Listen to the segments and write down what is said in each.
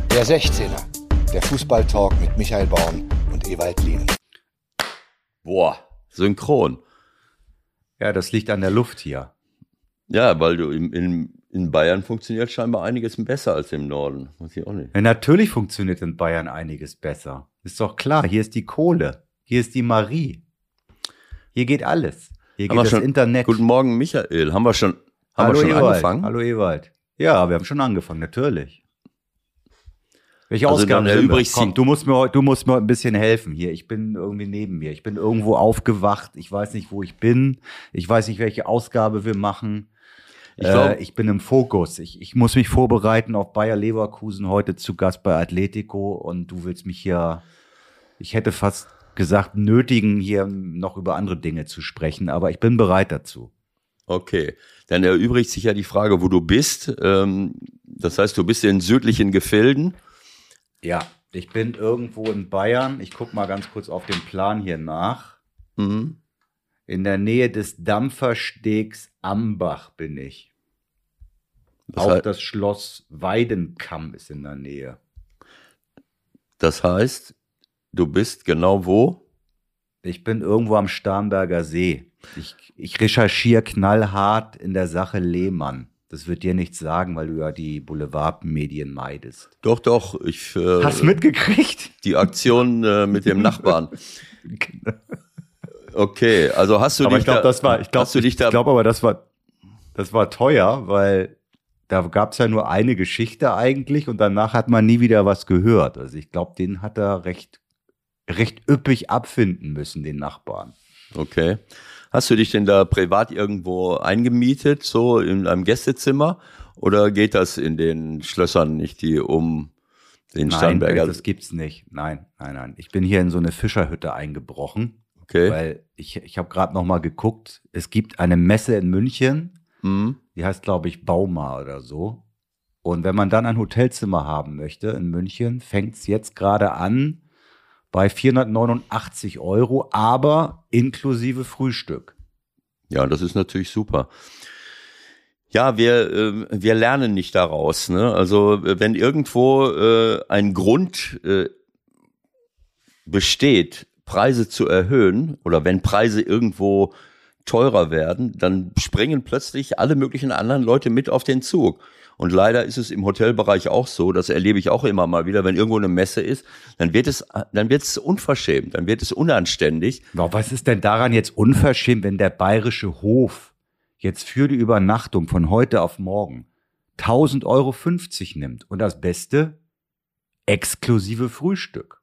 Der 16er, der Fußballtalk mit Michael Baum und Ewald Lien. Boah, synchron. Ja, das liegt an der Luft hier. Ja, weil du in Bayern funktioniert scheinbar einiges besser als im Norden. Weiß ich auch nicht. Ja, natürlich funktioniert in Bayern einiges besser. Ist doch klar, hier ist die Kohle, hier ist die Marie. Hier geht alles. Hier geht das Internet. Guten Morgen, Michael. Haben wir schon angefangen? Hallo Ewald. Ja, wir haben schon angefangen, natürlich. Welche Ausgaben Komm, du musst mir ein bisschen helfen hier. Ich bin irgendwie neben mir. Ich bin irgendwo aufgewacht. Ich weiß nicht, wo ich bin. Ich weiß nicht, welche Ausgabe wir machen. Ich bin im Fokus. Ich muss mich vorbereiten auf Bayer Leverkusen, heute zu Gast bei Atletico. Und du willst mich hier, ich hätte fast gesagt, nötigen, hier noch über andere Dinge zu sprechen. Aber ich bin bereit dazu. Okay, dann erübrigt sich ja die Frage, wo du bist. Das heißt, du bist in südlichen Gefilden. Ja, ich bin irgendwo in Bayern. Ich gucke mal ganz kurz auf den Plan hier nach. Mhm. In der Nähe des Dampferstegs Ambach bin ich. Auch das Schloss Weidenkamm ist in der Nähe. Das heißt, du bist genau wo? Ich bin irgendwo am Starnberger See. Ich recherchiere knallhart in der Sache Lehmann. Das wird dir nichts sagen, weil du ja die Boulevardmedien meidest. Doch. Hast mitgekriegt? Die Aktion mit dem Nachbarn. Okay, also hast du aber dich ich glaube aber, das war teuer, weil da gab es ja nur eine Geschichte eigentlich und danach hat man nie wieder was gehört. Also ich glaube, den hat er recht üppig abfinden müssen, den Nachbarn. Okay. Hast du dich denn da privat irgendwo eingemietet, so in einem Gästezimmer? Oder geht das in den Schlössern nicht, die um den Starnberger? Nein, das gibt's nicht. Nein. Ich bin hier in so eine Fischerhütte eingebrochen. Okay. Weil ich habe gerade noch mal geguckt. Es gibt eine Messe in München. Die heißt, glaube ich, Bauma oder so. Und wenn man dann ein Hotelzimmer haben möchte in München, fängt's jetzt gerade an bei 489 €, aber inklusive Frühstück. Ja, das ist natürlich super. Ja, wir lernen nicht daraus, ne? Also wenn irgendwo ein Grund besteht, Preise zu erhöhen oder wenn Preise irgendwo teurer werden, dann springen plötzlich alle möglichen anderen Leute mit auf den Zug. Und leider ist es im Hotelbereich auch so, das erlebe ich auch immer mal wieder, wenn irgendwo eine Messe ist, dann wird es unverschämt, dann wird es unanständig. Was ist denn daran jetzt unverschämt, wenn der bayerische Hof jetzt für die Übernachtung von heute auf morgen 1.000,50 € nimmt und das Beste, exklusive Frühstück?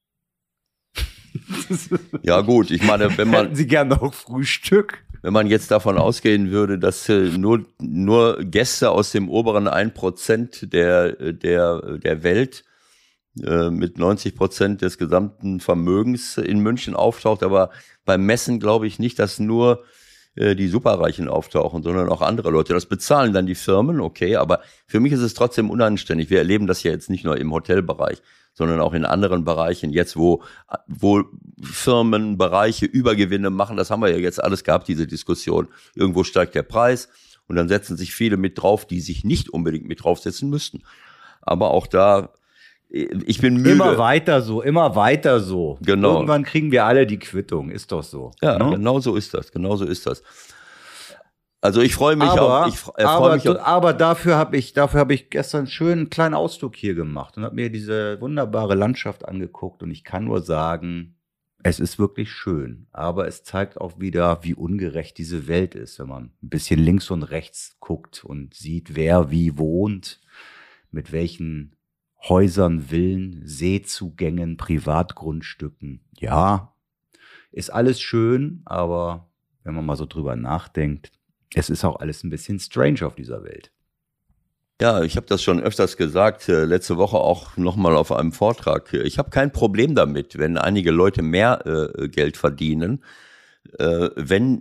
Ja gut, ich meine, Hätten Sie gerne auch Frühstück? Wenn man jetzt davon ausgehen würde, dass nur Gäste aus dem oberen 1% der Welt mit 90% des gesamten Vermögens in München auftaucht, aber beim Messen glaube ich nicht, dass nur die Superreichen auftauchen, sondern auch andere Leute. Das bezahlen dann die Firmen, okay, aber für mich ist es trotzdem unanständig. Wir erleben das ja jetzt nicht nur im Hotelbereich, sondern auch in anderen Bereichen jetzt, wo Firmen Bereiche Übergewinne machen. Das haben wir ja jetzt alles gehabt, diese Diskussion. Irgendwo steigt der Preis und dann setzen sich viele mit drauf, die sich nicht unbedingt mit draufsetzen müssten. Aber auch da, ich bin müde. Immer weiter so. Genau. Irgendwann kriegen wir alle die Quittung, ist doch so. Ja, ne? Genau so ist das. Also ich freue mich aber dafür habe ich gestern einen schönen kleinen Ausflug hier gemacht und habe mir diese wunderbare Landschaft angeguckt und ich kann nur sagen, es ist wirklich schön, aber es zeigt auch wieder, wie ungerecht diese Welt ist, wenn man ein bisschen links und rechts guckt und sieht, wer wie wohnt, mit welchen Häusern, Villen, Seezugängen, Privatgrundstücken. Ja, ist alles schön, aber wenn man mal so drüber nachdenkt, es ist auch alles ein bisschen strange auf dieser Welt. Ja, ich habe das schon öfters gesagt, letzte Woche auch nochmal auf einem Vortrag. Ich habe kein Problem damit, wenn einige Leute mehr Geld verdienen, wenn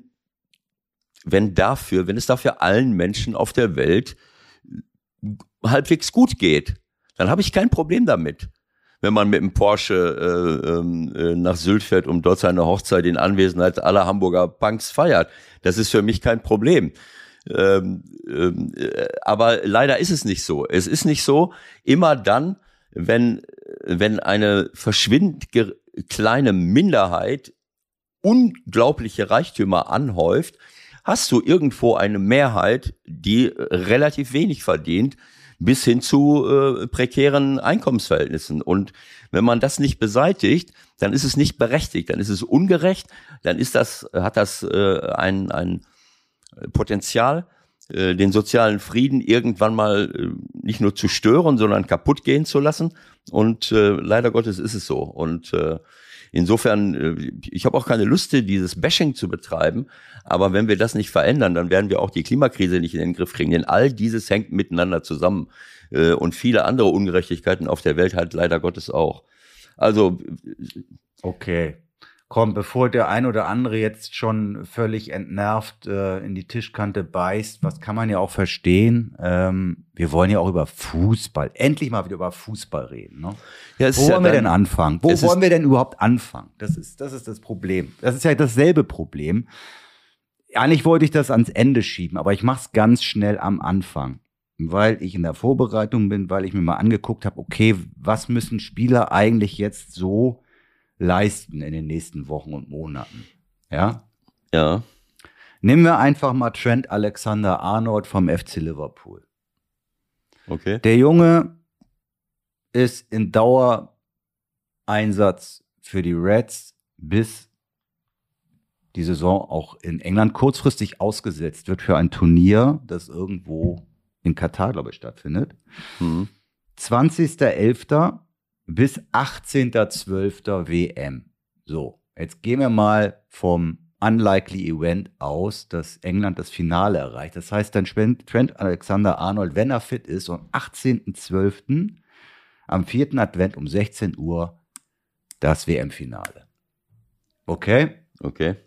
es dafür allen Menschen auf der Welt halbwegs gut geht. Dann habe ich kein Problem damit. Wenn man mit dem Porsche nach Sylt fährt, um dort seine Hochzeit in Anwesenheit aller Hamburger Punks feiert. Das ist für mich kein Problem. Aber leider ist es nicht so. Es ist nicht so, immer dann, wenn eine verschwindend kleine Minderheit unglaubliche Reichtümer anhäuft, hast du irgendwo eine Mehrheit, die relativ wenig verdient, bis hin zu prekären Einkommensverhältnissen. Und wenn man das nicht beseitigt, dann ist es nicht berechtigt, dann ist es ungerecht, dann hat das ein Potenzial, den sozialen Frieden irgendwann mal nicht nur zu stören, sondern kaputt gehen zu lassen. Und leider Gottes ist es so. Und insofern, ich habe auch keine Lust, dieses Bashing zu betreiben. Aber wenn wir das nicht verändern, dann werden wir auch die Klimakrise nicht in den Griff kriegen. Denn all dieses hängt miteinander zusammen. Und viele andere Ungerechtigkeiten auf der Welt halt leider Gottes auch. Also. Okay. Komm, bevor der ein oder andere jetzt schon völlig entnervt in die Tischkante beißt, was kann man ja auch verstehen, wir wollen ja auch über Fußball, endlich mal wieder über Fußball reden. Ne? Ja, wo wollen wir denn anfangen? Wo wollen wir denn überhaupt anfangen? Das ist das Problem. Das ist ja dasselbe Problem. Eigentlich wollte ich das ans Ende schieben, aber ich mache es ganz schnell am Anfang, weil ich in der Vorbereitung bin, weil ich mir mal angeguckt habe, okay, was müssen Spieler eigentlich jetzt so leisten in den nächsten Wochen und Monaten. Ja? Ja. Nehmen wir einfach mal Trent Alexander-Arnold vom FC Liverpool. Okay. Der Junge ist in Dauereinsatz für die Reds, bis die Saison auch in England kurzfristig ausgesetzt wird für ein Turnier, das irgendwo in Katar, glaube ich, stattfindet. 20.11. bis 18.12. WM. So, jetzt gehen wir mal vom unlikely Event aus, dass England das Finale erreicht. Das heißt, dann spielt Trent Alexander-Arnold, wenn er fit ist, am 18.12. am 4. Advent um 16 Uhr das WM-Finale. Okay? Okay.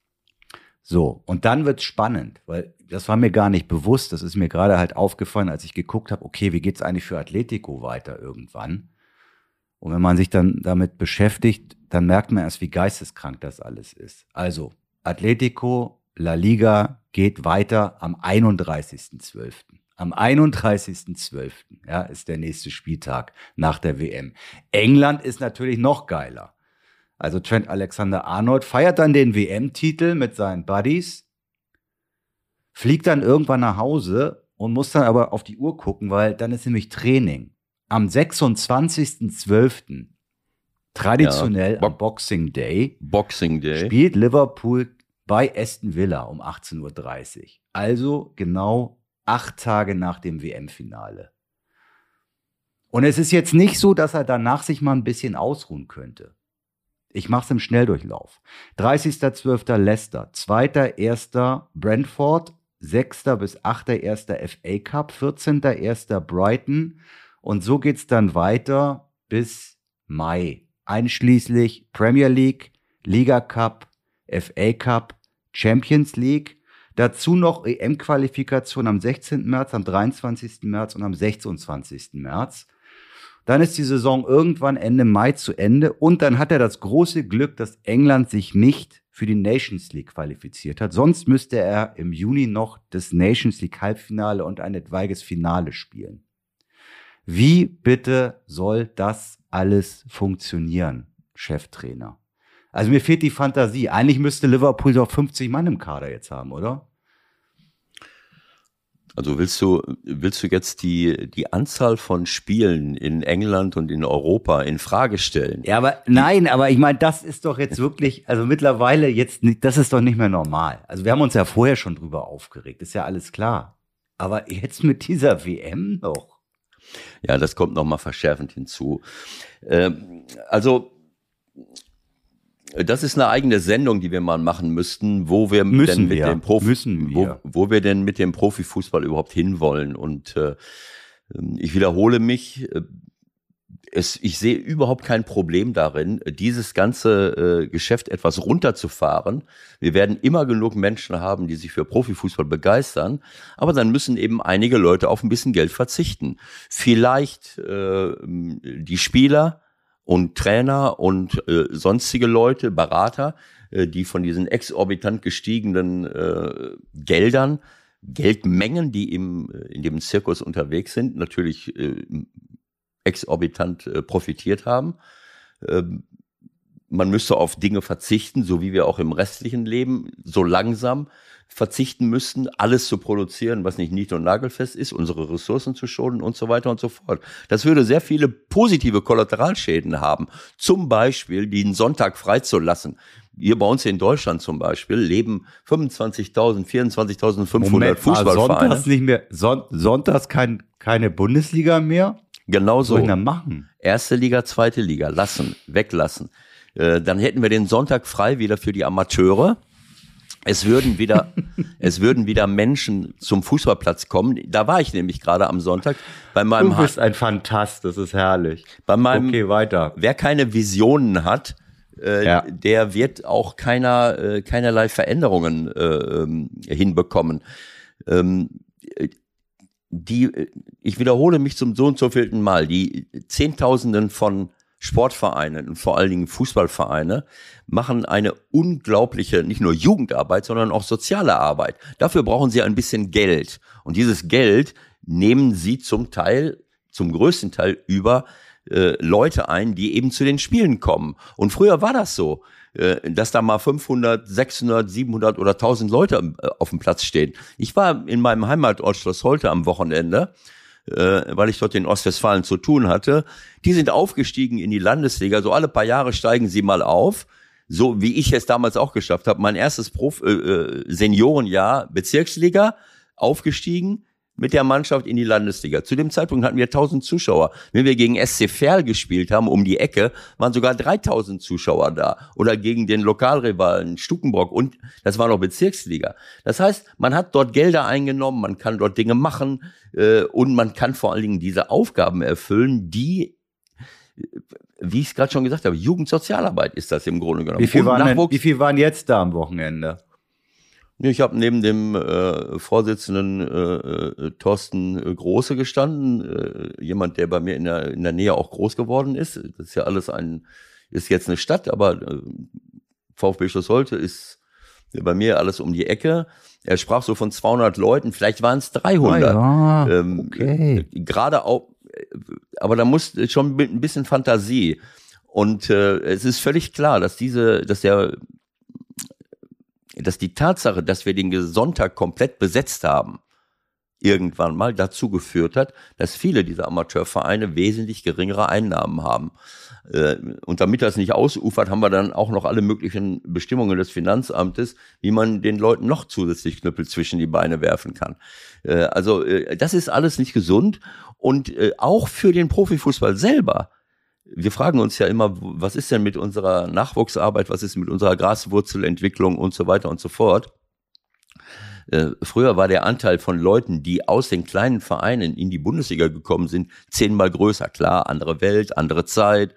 So, und dann wird's spannend, weil das war mir gar nicht bewusst. Das ist mir gerade halt aufgefallen, als ich geguckt habe, okay, wie geht's eigentlich für Atletico weiter irgendwann? Und wenn man sich dann damit beschäftigt, dann merkt man erst, wie geisteskrank das alles ist. Also, Atletico, La Liga geht weiter am 31.12. Am 31.12. Ja, ist der nächste Spieltag nach der WM. England ist natürlich noch geiler. Also Trent Alexander-Arnold feiert dann den WM-Titel mit seinen Buddies, fliegt dann irgendwann nach Hause und muss dann aber auf die Uhr gucken, weil dann ist nämlich Training. Am 26.12. traditionell am Boxing Day spielt Liverpool bei Aston Villa um 18.30 Uhr. Also genau 8 Tage nach dem WM-Finale. Und es ist jetzt nicht so, dass er danach sich mal ein bisschen ausruhen könnte. Ich mache es im Schnelldurchlauf. 30.12. Leicester, 2.1. Brentford, 6. bis 8.1. FA Cup, 14.1. Brighton. Und so geht's dann weiter bis Mai. Einschließlich Premier League, Liga Cup, FA Cup, Champions League. Dazu noch EM-Qualifikation am 16. März, am 23. März und am 26. März. Dann ist die Saison irgendwann Ende Mai zu Ende. Und dann hat er das große Glück, dass England sich nicht für die Nations League qualifiziert hat. Sonst müsste er im Juni noch das Nations League Halbfinale und ein etwaiges Finale spielen. Wie bitte soll das alles funktionieren, Cheftrainer? Also mir fehlt die Fantasie. Eigentlich müsste Liverpool doch 50 Mann im Kader jetzt haben, oder? Also willst du jetzt die Anzahl von Spielen in England und in Europa in Frage stellen? Ja, aber nein, aber ich meine, das ist doch jetzt wirklich, also mittlerweile jetzt nicht, das ist doch nicht mehr normal. Also wir haben uns ja vorher schon drüber aufgeregt, ist ja alles klar. Aber jetzt mit dieser WM noch. Ja, das kommt nochmal verschärfend hinzu. Also, das ist eine eigene Sendung, die wir mal machen müssten, wo wir denn mit dem Profifußball überhaupt hinwollen. Und ich wiederhole mich, ich sehe überhaupt kein Problem darin, dieses ganze Geschäft etwas runterzufahren. Wir werden immer genug Menschen haben, die sich für Profifußball begeistern, aber dann müssen eben einige Leute auf ein bisschen Geld verzichten. Vielleicht die Spieler und Trainer und sonstige Leute, Berater, die von diesen exorbitant gestiegenen Geldmengen, die in dem Zirkus unterwegs sind, natürlich exorbitant profitiert haben. Man müsste auf Dinge verzichten, so wie wir auch im restlichen Leben so langsam verzichten müssten, alles zu produzieren, was nicht nied- und nagelfest ist, unsere Ressourcen zu schonen und so weiter und so fort. Das würde sehr viele positive Kollateralschäden haben. Zum Beispiel den Sonntag freizulassen. Hier bei uns in Deutschland zum Beispiel leben 25.000, 24.500 Fußballvereine. Sonntags nicht mehr, sonntags keine Bundesliga mehr? Genau so. Was soll ich denn machen? Erste Liga, zweite Liga, weglassen. Dann hätten wir den Sonntag frei wieder für die Amateure. Es würden wieder Menschen zum Fußballplatz kommen. Da war ich nämlich gerade am Sonntag bei meinem. Du bist ein Phantast, das ist herrlich. Okay, weiter. Wer keine Visionen hat, der wird auch keinerlei Veränderungen hinbekommen. Ich wiederhole mich zum so und so vielten Mal. Die Zehntausenden von Sportvereine und vor allen Dingen Fußballvereine machen eine unglaubliche, nicht nur Jugendarbeit, sondern auch soziale Arbeit. Dafür brauchen sie ein bisschen Geld. Und dieses Geld nehmen sie zum größten Teil über Leute ein, die eben zu den Spielen kommen. Und früher war das so, dass da mal 500, 600, 700 oder 1000 Leute auf dem Platz stehen. Ich war in meinem Heimatort Schloss Holte am Wochenende, weil ich dort in Ostwestfalen zu tun hatte. Die sind aufgestiegen in die Landesliga. So alle paar Jahre steigen sie mal auf. So wie ich es damals auch geschafft habe. Mein erstes Seniorenjahr Bezirksliga, aufgestiegen mit der Mannschaft in die Landesliga. Zu dem Zeitpunkt hatten wir 1000 Zuschauer. Wenn wir gegen SC Verl gespielt haben, um die Ecke, waren sogar 3000 Zuschauer da. Oder gegen den Lokalrivalen Stukenbrock, und das war noch Bezirksliga. Das heißt, man hat dort Gelder eingenommen, man kann dort Dinge machen und man kann vor allen Dingen diese Aufgaben erfüllen, die, wie ich es gerade schon gesagt habe, Jugendsozialarbeit ist das im Grunde genommen. Wie viel waren jetzt da am Wochenende? Ich habe neben dem Vorsitzenden Thorsten Große gestanden, jemand, der bei mir in der Nähe auch groß geworden ist. Das ist ja alles ist jetzt eine Stadt, aber VfB Schloss Holte ist bei mir alles um die Ecke. Er sprach so von 200 Leuten, vielleicht waren es 300. Ah, ja, okay. Gerade auch, aber da muss schon ein bisschen Fantasie. Und es ist völlig klar, dass die Tatsache, dass wir den Sonntag komplett besetzt haben, irgendwann mal dazu geführt hat, dass viele dieser Amateurvereine wesentlich geringere Einnahmen haben. Und damit das nicht ausufert, haben wir dann auch noch alle möglichen Bestimmungen des Finanzamtes, wie man den Leuten noch zusätzlich Knüppel zwischen die Beine werfen kann. Also das ist alles nicht gesund, und auch für den Profifußball selber. Wir fragen uns ja immer, was ist denn mit unserer Nachwuchsarbeit, was ist mit unserer Graswurzelentwicklung und so weiter und so fort. Früher war der Anteil von Leuten, die aus den kleinen Vereinen in die Bundesliga gekommen sind, 10-mal größer. Klar, andere Welt, andere Zeit,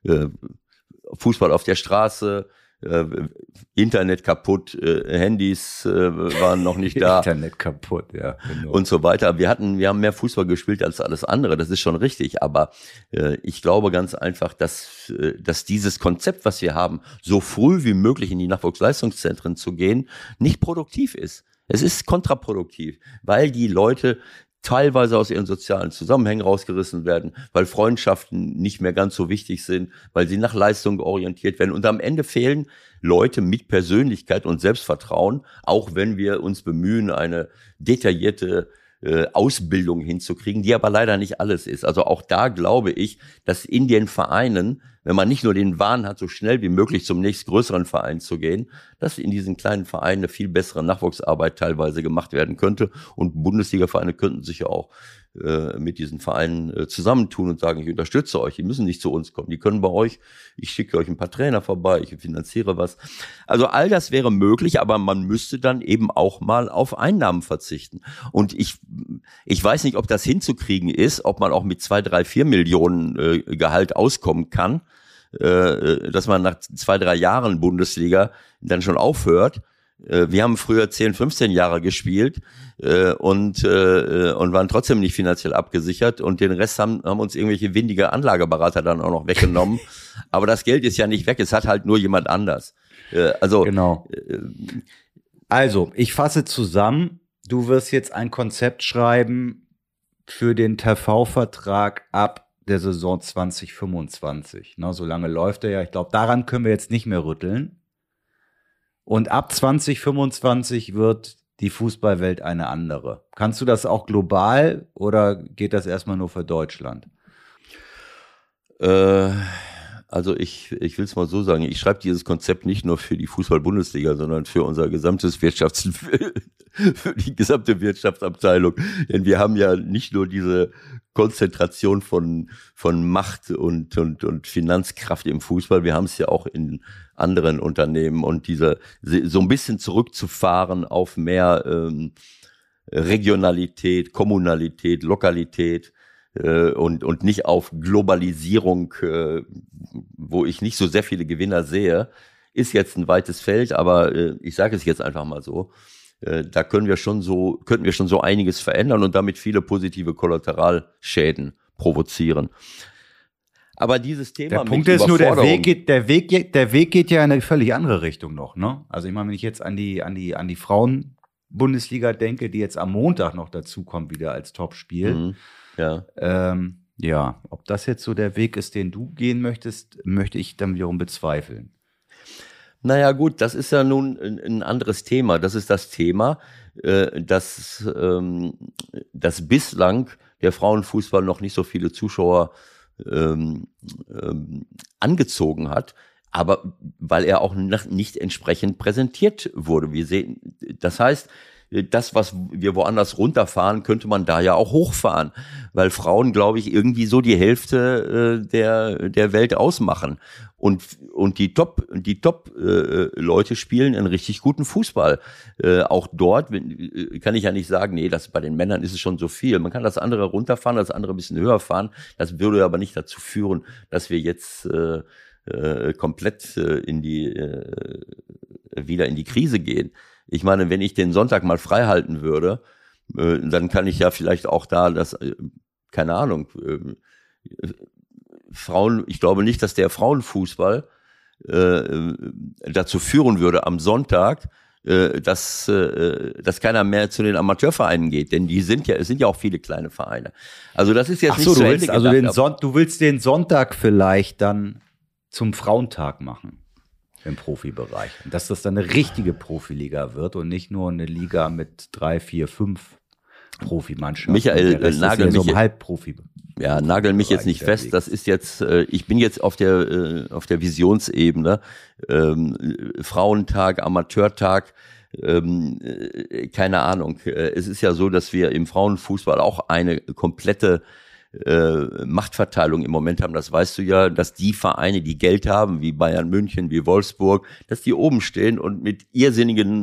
Fußball auf der Straße, Internet kaputt, Handys waren noch nicht da. Internet kaputt, ja. Genau. Und so weiter. Wir haben mehr Fußball gespielt als alles andere, das ist schon richtig. Aber ich glaube ganz einfach, dass dieses Konzept, was wir haben, so früh wie möglich in die Nachwuchsleistungszentren zu gehen, nicht produktiv ist. Es ist kontraproduktiv, weil die Leute teilweise aus ihren sozialen Zusammenhängen rausgerissen werden, weil Freundschaften nicht mehr ganz so wichtig sind, weil sie nach Leistung orientiert werden. Und am Ende fehlen Leute mit Persönlichkeit und Selbstvertrauen, auch wenn wir uns bemühen, eine detaillierte Ausbildung hinzukriegen, die aber leider nicht alles ist. Also auch da glaube ich, dass in den Vereinen, wenn man nicht nur den Wahn hat, so schnell wie möglich zum nächstgrößeren Verein zu gehen, dass in diesen kleinen Vereinen eine viel bessere Nachwuchsarbeit teilweise gemacht werden könnte. Und Bundesliga-Vereine könnten sich ja auch mit diesen Vereinen zusammentun und sagen, ich unterstütze euch, die müssen nicht zu uns kommen, die können bei euch, ich schicke euch ein paar Trainer vorbei, ich finanziere was. Also all das wäre möglich, aber man müsste dann eben auch mal auf Einnahmen verzichten. Und ich weiß nicht, ob das hinzukriegen ist, ob man auch mit 2, 3, 4 Millionen Gehalt auskommen kann, dass man nach 2, 3 Jahren Bundesliga dann schon aufhört. Wir haben früher 10, 15 Jahre gespielt und waren trotzdem nicht finanziell abgesichert, und den Rest haben uns irgendwelche windige Anlageberater dann auch noch weggenommen. Aber das Geld ist ja nicht weg, es hat halt nur jemand anders. Genau. Also, ich fasse zusammen, du wirst jetzt ein Konzept schreiben für den TV-Vertrag ab der Saison 2025. Ne, so lange läuft er ja. Ich glaube, daran können wir jetzt nicht mehr rütteln. Und ab 2025 wird die Fußballwelt eine andere. Kannst du das auch global oder geht das erstmal nur für Deutschland? Also ich will es mal so sagen, ich schreibe dieses Konzept nicht nur für die Fußball-Bundesliga, sondern für unser gesamtes für die gesamte Wirtschaftsabteilung. Denn wir haben ja nicht nur diese Konzentration von Macht und Finanzkraft im Fußball, wir haben es ja auch in anderen Unternehmen und so ein bisschen zurückzufahren auf mehr Regionalität, Kommunalität, Lokalität, und nicht auf Globalisierung, wo ich nicht so sehr viele Gewinner sehe, ist jetzt ein weites Feld, aber ich sage es jetzt einfach mal so, da könnten wir schon so einiges verändern und damit viele positive Kollateralschäden provozieren. Aber dieses Thema der Punkt ist nur, der Weg geht ja in eine völlig andere Richtung noch, ne? Also ich meine, wenn ich jetzt an die Frauen-Bundesliga denke, die jetzt am Montag noch dazukommt wieder als Topspiel. Ja. Ob das jetzt so der Weg ist, den du gehen möchtest, möchte ich dann wiederum bezweifeln. Naja gut, das ist ja nun ein anderes Thema. Das ist das Thema, dass bislang der Frauenfußball noch nicht so viele Zuschauer angezogen hat, aber weil er auch nicht entsprechend präsentiert wurde. Wir sehen, das heißt, das, was wir woanders runterfahren, könnte man da ja auch hochfahren, weil Frauen, glaube ich, irgendwie so die Hälfte der Welt ausmachen und die Top Leute spielen einen richtig guten Fußball. Auch dort kann ich ja nicht sagen, nee, das bei den Männern ist es schon so viel. Man kann das andere runterfahren, das andere ein bisschen höher fahren. Das würde aber nicht dazu führen, dass wir jetzt komplett wieder in die Krise gehen. Ich meine, wenn ich den Sonntag mal frei halten würde, dann kann ich ja vielleicht auch da keine Ahnung, Frauen, ich glaube nicht, dass der Frauenfußball dazu führen würde am Sonntag, dass keiner mehr zu den Amateurvereinen geht, denn es sind ja auch viele kleine Vereine. Also das ist jetzt nicht zu Ende gedacht. Du willst den Sonntag vielleicht dann zum Frauentag machen. Im Profibereich. Und dass das dann eine richtige Profiliga wird und nicht nur eine Liga mit 3, 4, 5 Profimannschaften. Michael, nagel mich jetzt nicht fest. Weg. Das ist jetzt, ich bin jetzt auf der Visionsebene. Frauentag, Amateurtag, keine Ahnung. Es ist ja so, dass wir im Frauenfußball auch eine komplette Machtverteilung im Moment haben, das weißt du ja, dass die Vereine, die Geld haben, wie Bayern München, wie Wolfsburg, dass die oben stehen und mit irrsinnigen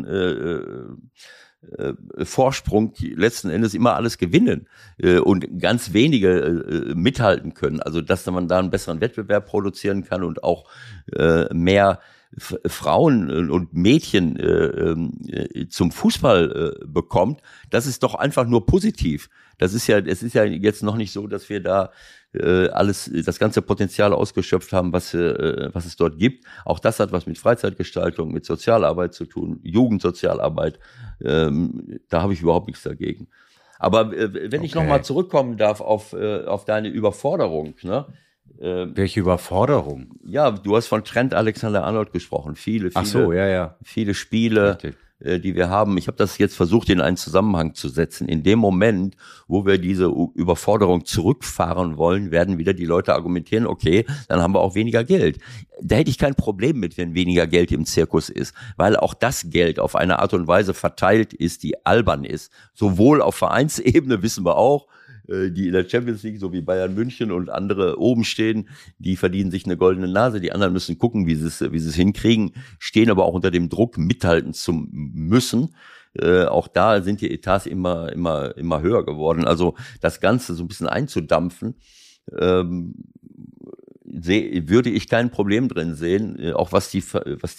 Vorsprung letzten Endes immer alles gewinnen und ganz wenige mithalten können. Also dass man da einen besseren Wettbewerb produzieren kann und auch mehr Frauen und Mädchen zum Fußball bekommt, das ist doch einfach nur positiv. Es ist ja jetzt noch nicht so, dass wir da das ganze Potenzial ausgeschöpft haben, was es dort gibt. Auch das hat was mit Freizeitgestaltung, mit Sozialarbeit zu tun, Jugendsozialarbeit. Da habe ich überhaupt nichts dagegen. Aber wenn ich nochmal zurückkommen darf auf deine Überforderung, ne? Welche Überforderung? Ja, du hast von Trent Alexander-Arnold gesprochen. Viele Spiele, richtig, die wir haben. Ich habe das jetzt versucht, in einen Zusammenhang zu setzen. In dem Moment, wo wir diese Überforderung zurückfahren wollen, werden wieder die Leute argumentieren, okay, dann haben wir auch weniger Geld. Da hätte ich kein Problem mit, wenn weniger Geld im Zirkus ist, weil auch das Geld auf eine Art und Weise verteilt ist, die albern ist. Sowohl auf Vereinsebene, wissen wir auch, die in der Champions League, so wie Bayern München und andere oben stehen, die verdienen sich eine goldene Nase. Die anderen müssen gucken, wie sie es hinkriegen, stehen aber auch unter dem Druck, mithalten zu müssen. Auch da sind die Etats immer höher geworden. Also das Ganze so ein bisschen einzudampfen, würde ich kein Problem drin sehen, auch was die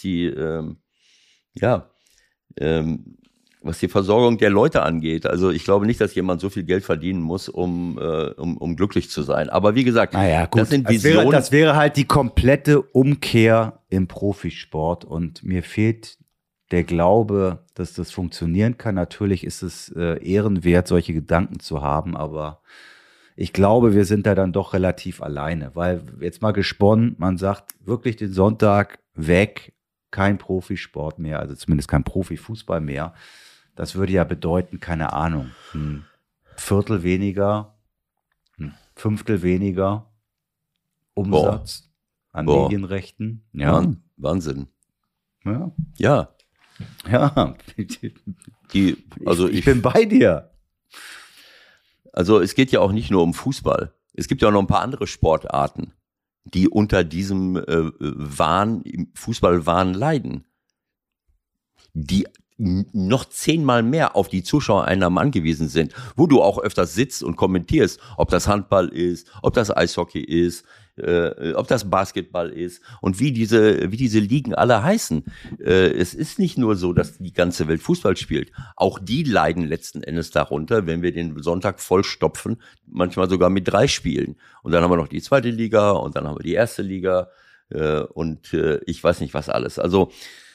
Versorgung der Leute angeht. Also ich glaube nicht, dass jemand so viel Geld verdienen muss, um glücklich zu sein. Aber wie gesagt, das sind Visionen. Das wäre halt die komplette Umkehr im Profisport und mir fehlt der Glaube, dass das funktionieren kann. Natürlich ist es ehrenwert, solche Gedanken zu haben, aber ich glaube, wir sind da dann doch relativ alleine, weil jetzt mal gesponnen, man sagt wirklich den Sonntag weg, kein Profisport mehr, also zumindest kein Profifußball mehr. Das würde ja bedeuten, keine Ahnung, ein Viertel weniger, ein Fünftel weniger Umsatz an Medienrechten. Ja. Wahnsinn. Ja. Ja. Ja. Also ich bin bei dir. Also es geht ja auch nicht nur um Fußball. Es gibt ja auch noch ein paar andere Sportarten, die unter diesem Fußballwahn leiden. Die noch 10-mal mehr auf die Zuschauereinnahmen angewiesen sind, wo du auch öfters sitzt und kommentierst, ob das Handball ist, ob das Eishockey ist, ob das Basketball ist und wie diese Ligen alle heißen. Es ist nicht nur so, dass die ganze Welt Fußball spielt. Auch die leiden letzten Endes darunter, wenn wir den Sonntag vollstopfen, manchmal sogar mit 3 Spielen. Und dann haben wir noch die 2. Liga und dann haben wir die 1. Liga und ich weiß nicht was alles. Also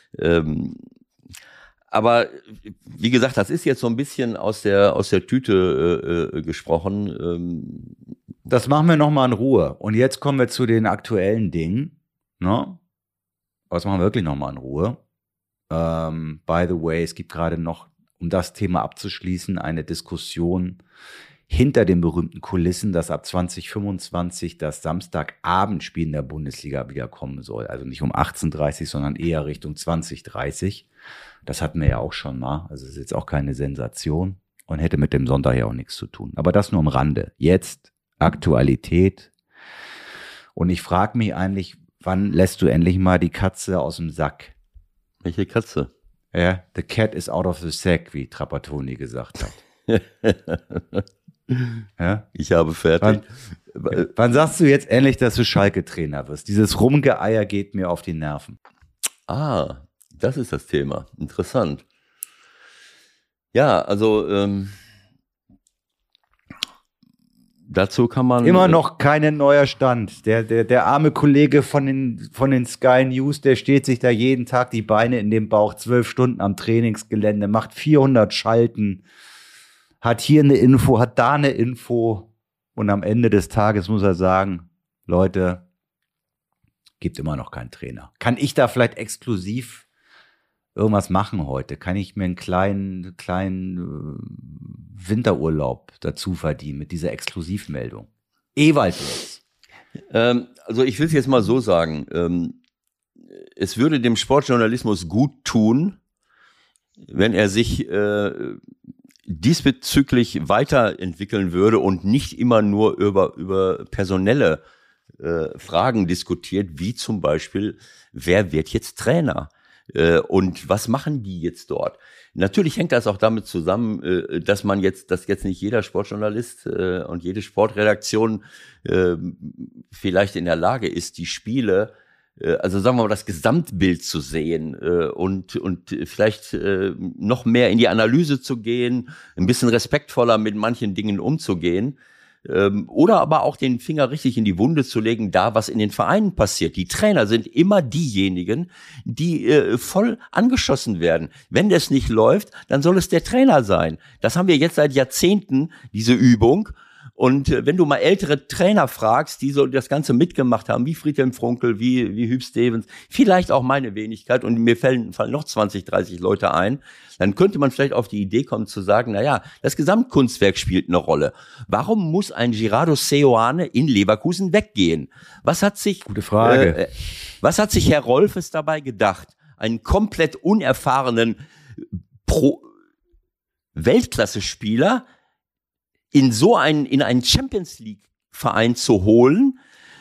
aber wie gesagt, das ist jetzt so ein bisschen aus der Tüte gesprochen. Das machen wir nochmal in Ruhe. Und jetzt kommen wir zu den aktuellen Dingen. Ne? Das machen wir wirklich nochmal in Ruhe. By the way, es gibt gerade noch, um das Thema abzuschließen, eine Diskussion hinter den berühmten Kulissen, dass ab 2025 das Samstagabendspiel in der Bundesliga wieder kommen soll. Also nicht um 18:30 Uhr, sondern eher Richtung 20:30 Uhr. Das hatten wir ja auch schon mal. Also ist jetzt auch keine Sensation und hätte mit dem Sonntag ja auch nichts zu tun. Aber das nur am Rande. Jetzt Aktualität. Und ich frage mich eigentlich, wann lässt du endlich mal die Katze aus dem Sack? Welche Katze? Ja, the cat is out of the sack, wie Trapattoni gesagt hat. Ja? Ich habe fertig. Wann sagst du jetzt endlich, dass du Schalke-Trainer wirst? Dieses Rumgeeier geht mir auf die Nerven. Das ist das Thema. Interessant. Ja, also dazu kann man... Immer noch kein neuer Stand. Der arme Kollege von den Sky News, der steht sich da jeden Tag die Beine in den Bauch, 12 Stunden am Trainingsgelände, macht 400 Schalten, hat hier eine Info, hat da eine Info und am Ende des Tages muss er sagen, Leute, gibt immer noch keinen Trainer. Kann ich da vielleicht exklusiv irgendwas machen heute? Kann ich mir einen kleinen Winterurlaub dazu verdienen mit dieser Exklusivmeldung? Ewald jetzt. Also ich will es jetzt mal so sagen. Es würde dem Sportjournalismus gut tun, wenn er sich diesbezüglich weiterentwickeln würde und nicht immer nur über personelle Fragen diskutiert, wie zum Beispiel, wer wird jetzt Trainer? Und was machen die jetzt dort? Natürlich hängt das auch damit zusammen, dass jetzt nicht jeder Sportjournalist und jede Sportredaktion vielleicht in der Lage ist, die Spiele, also sagen wir mal, das Gesamtbild zu sehen und vielleicht noch mehr in die Analyse zu gehen, ein bisschen respektvoller mit manchen Dingen umzugehen. Oder aber auch den Finger richtig in die Wunde zu legen, da was in den Vereinen passiert. Die Trainer sind immer diejenigen, die voll angeschossen werden. Wenn das nicht läuft, dann soll es der Trainer sein. Das haben wir jetzt seit Jahrzehnten, diese Übung. Und wenn du mal ältere Trainer fragst, die so das Ganze mitgemacht haben, wie Friedhelm Funkel, wie Hüb Stevens, vielleicht auch meine Wenigkeit, und mir fallen noch 20, 30 Leute ein, dann könnte man vielleicht auf die Idee kommen zu sagen, naja, das Gesamtkunstwerk spielt eine Rolle. Warum muss ein Gerardo Seoane in Leverkusen weggehen? Gute Frage. Was hat sich Herr Rolfes dabei gedacht? Einen komplett unerfahrenen Weltklasse-Spieler in einen Champions League Verein zu holen,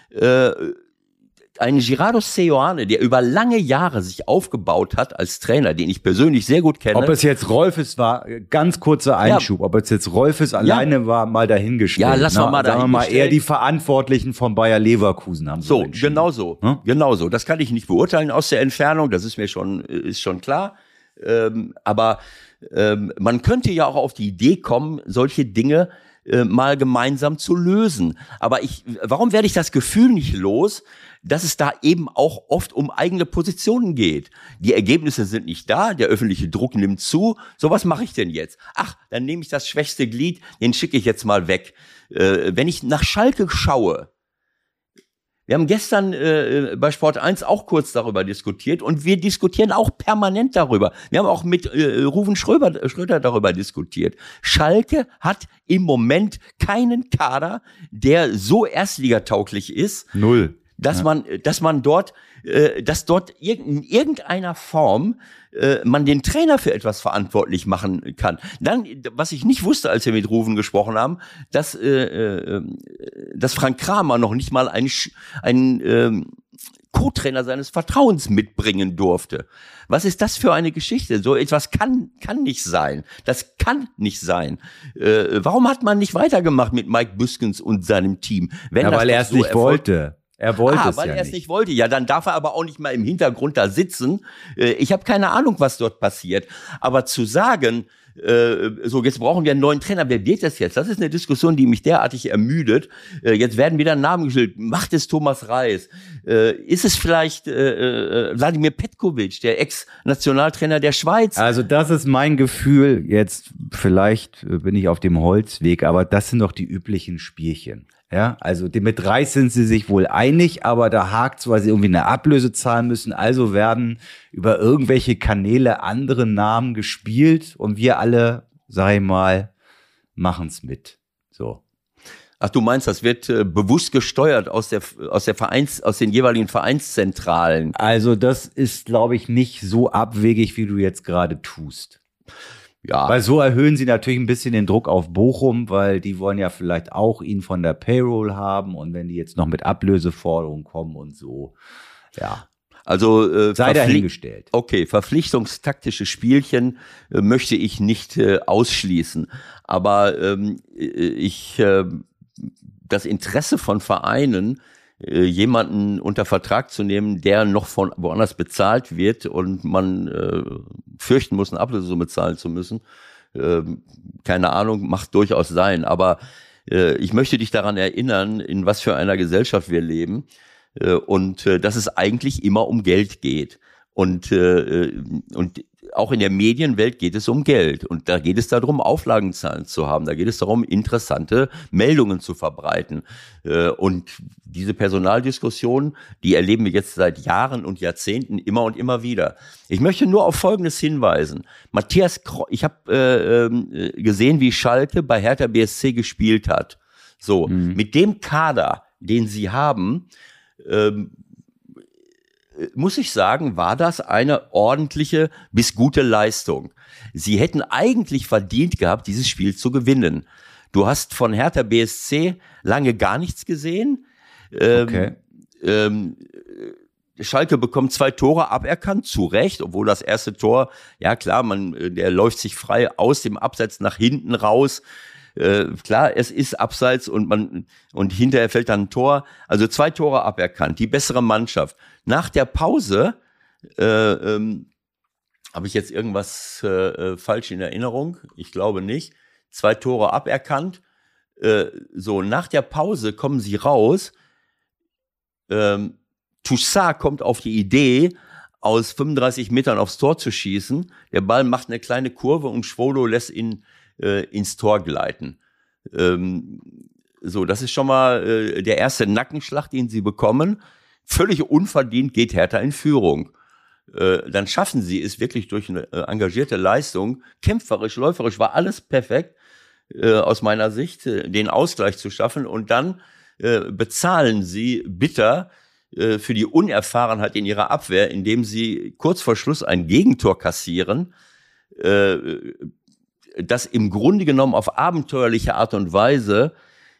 einen Gerardo Seoane, der über lange Jahre sich aufgebaut hat als Trainer, den ich persönlich sehr gut kenne. Ob es jetzt Rolfes war, ganz kurzer Einschub, ob es jetzt Rolfes alleine war, mal dahingestellt. Ja, lass mal sagen wir mal, eher die Verantwortlichen von Bayer Leverkusen haben so genau so. Das kann ich nicht beurteilen aus der Entfernung, das ist mir schon klar. Aber man könnte ja auch auf die Idee kommen, solche Dinge mal gemeinsam zu lösen. Aber warum werde ich das Gefühl nicht los, dass es da eben auch oft um eigene Positionen geht? Die Ergebnisse sind nicht da, der öffentliche Druck nimmt zu. So, was mache ich denn jetzt? Ach, dann nehme ich das schwächste Glied, den schicke ich jetzt mal weg. Wenn ich nach Schalke schaue, wir haben gestern bei Sport 1 auch kurz darüber diskutiert und wir diskutieren auch permanent darüber. Wir haben auch mit Ruven Schröder darüber diskutiert. Schalke hat im Moment keinen Kader, der so erstligatauglich ist. Null. Dass man dort, dass dort in irgendeiner Form man den Trainer für etwas verantwortlich machen kann. Dann, was ich nicht wusste, als wir mit Ruven gesprochen haben, dass Frank Kramer noch nicht mal einen Co-Trainer seines Vertrauens mitbringen durfte. Was ist das für eine Geschichte? So etwas kann nicht sein. Das kann nicht sein. Warum hat man nicht weitergemacht mit Mike Büskens und seinem Team? Weil er es so nicht wollte. Er wollte es weil ja er es nicht wollte. Ja, dann darf er aber auch nicht mal im Hintergrund da sitzen. Ich habe keine Ahnung, was dort passiert. Aber zu sagen, so jetzt brauchen wir einen neuen Trainer, wer wird das jetzt? Das ist eine Diskussion, die mich derartig ermüdet. Jetzt werden wieder Namen gestellt. Macht es Thomas Reis? Ist es vielleicht Wladimir Petkovic, der Ex-Nationaltrainer der Schweiz? Also das ist mein Gefühl. Jetzt vielleicht bin ich auf dem Holzweg, aber das sind doch die üblichen Spielchen. Ja, also mit Reis sind sie sich wohl einig, aber da hakt's, weil sie irgendwie eine Ablöse zahlen müssen. Also werden über irgendwelche Kanäle andere Namen gespielt und wir alle, sag ich mal, machen's mit. So. Ach, du meinst, das wird bewusst gesteuert aus den jeweiligen Vereinszentralen? Also das ist, glaube ich, nicht so abwegig, wie du jetzt gerade tust. Ja. Weil so erhöhen sie natürlich ein bisschen den Druck auf Bochum, weil die wollen ja vielleicht auch ihn von der Payroll haben und wenn die jetzt noch mit Ablöseforderungen kommen und so, ja. Also sei dahingestellt. Okay, verpflichtungstaktische Spielchen möchte ich nicht ausschließen, aber das Interesse von Vereinen, jemanden unter Vertrag zu nehmen, der noch von woanders bezahlt wird und man fürchten muss, eine Ablösesumme zahlen zu müssen, keine Ahnung, macht durchaus sein. Aber ich möchte dich daran erinnern, in was für einer Gesellschaft wir leben und dass es eigentlich immer um Geld geht. Und auch in der Medienwelt geht es um Geld. Und da geht es darum, Auflagenzahlen zu haben. Da geht es darum, interessante Meldungen zu verbreiten. Und diese Personaldiskussion, die erleben wir jetzt seit Jahren und Jahrzehnten immer und immer wieder. Ich möchte nur auf Folgendes hinweisen. Matthias Kroll, ich habe gesehen, wie Schalke bei Hertha BSC gespielt hat. So, mit dem Kader, den sie haben, muss ich sagen, war das eine ordentliche bis gute Leistung. Sie hätten eigentlich verdient gehabt, dieses Spiel zu gewinnen. Du hast von Hertha BSC lange gar nichts gesehen. Okay. Schalke bekommt 2 Tore aberkannt, zu Recht, obwohl das erste Tor, ja klar, der läuft sich frei aus dem Abseits nach hinten raus. Klar, es ist Abseits und hinterher fällt dann ein Tor. Also 2 Tore aberkannt, die bessere Mannschaft. Nach der Pause habe ich jetzt irgendwas falsch in Erinnerung? Ich glaube nicht. 2 Tore aberkannt. Nach der Pause kommen sie raus. Toussaint kommt auf die Idee, aus 35 Metern aufs Tor zu schießen. Der Ball macht eine kleine Kurve und Schwolo lässt ihn ins Tor gleiten. Das ist schon mal der erste Nackenschlag, den sie bekommen. Völlig unverdient geht Hertha in Führung. Dann schaffen sie es wirklich durch eine engagierte Leistung, kämpferisch, läuferisch, war alles perfekt aus meiner Sicht, den Ausgleich zu schaffen. Und dann bezahlen sie bitter für die Unerfahrenheit in ihrer Abwehr, indem sie kurz vor Schluss ein Gegentor kassieren, das im Grunde genommen auf abenteuerliche Art und Weise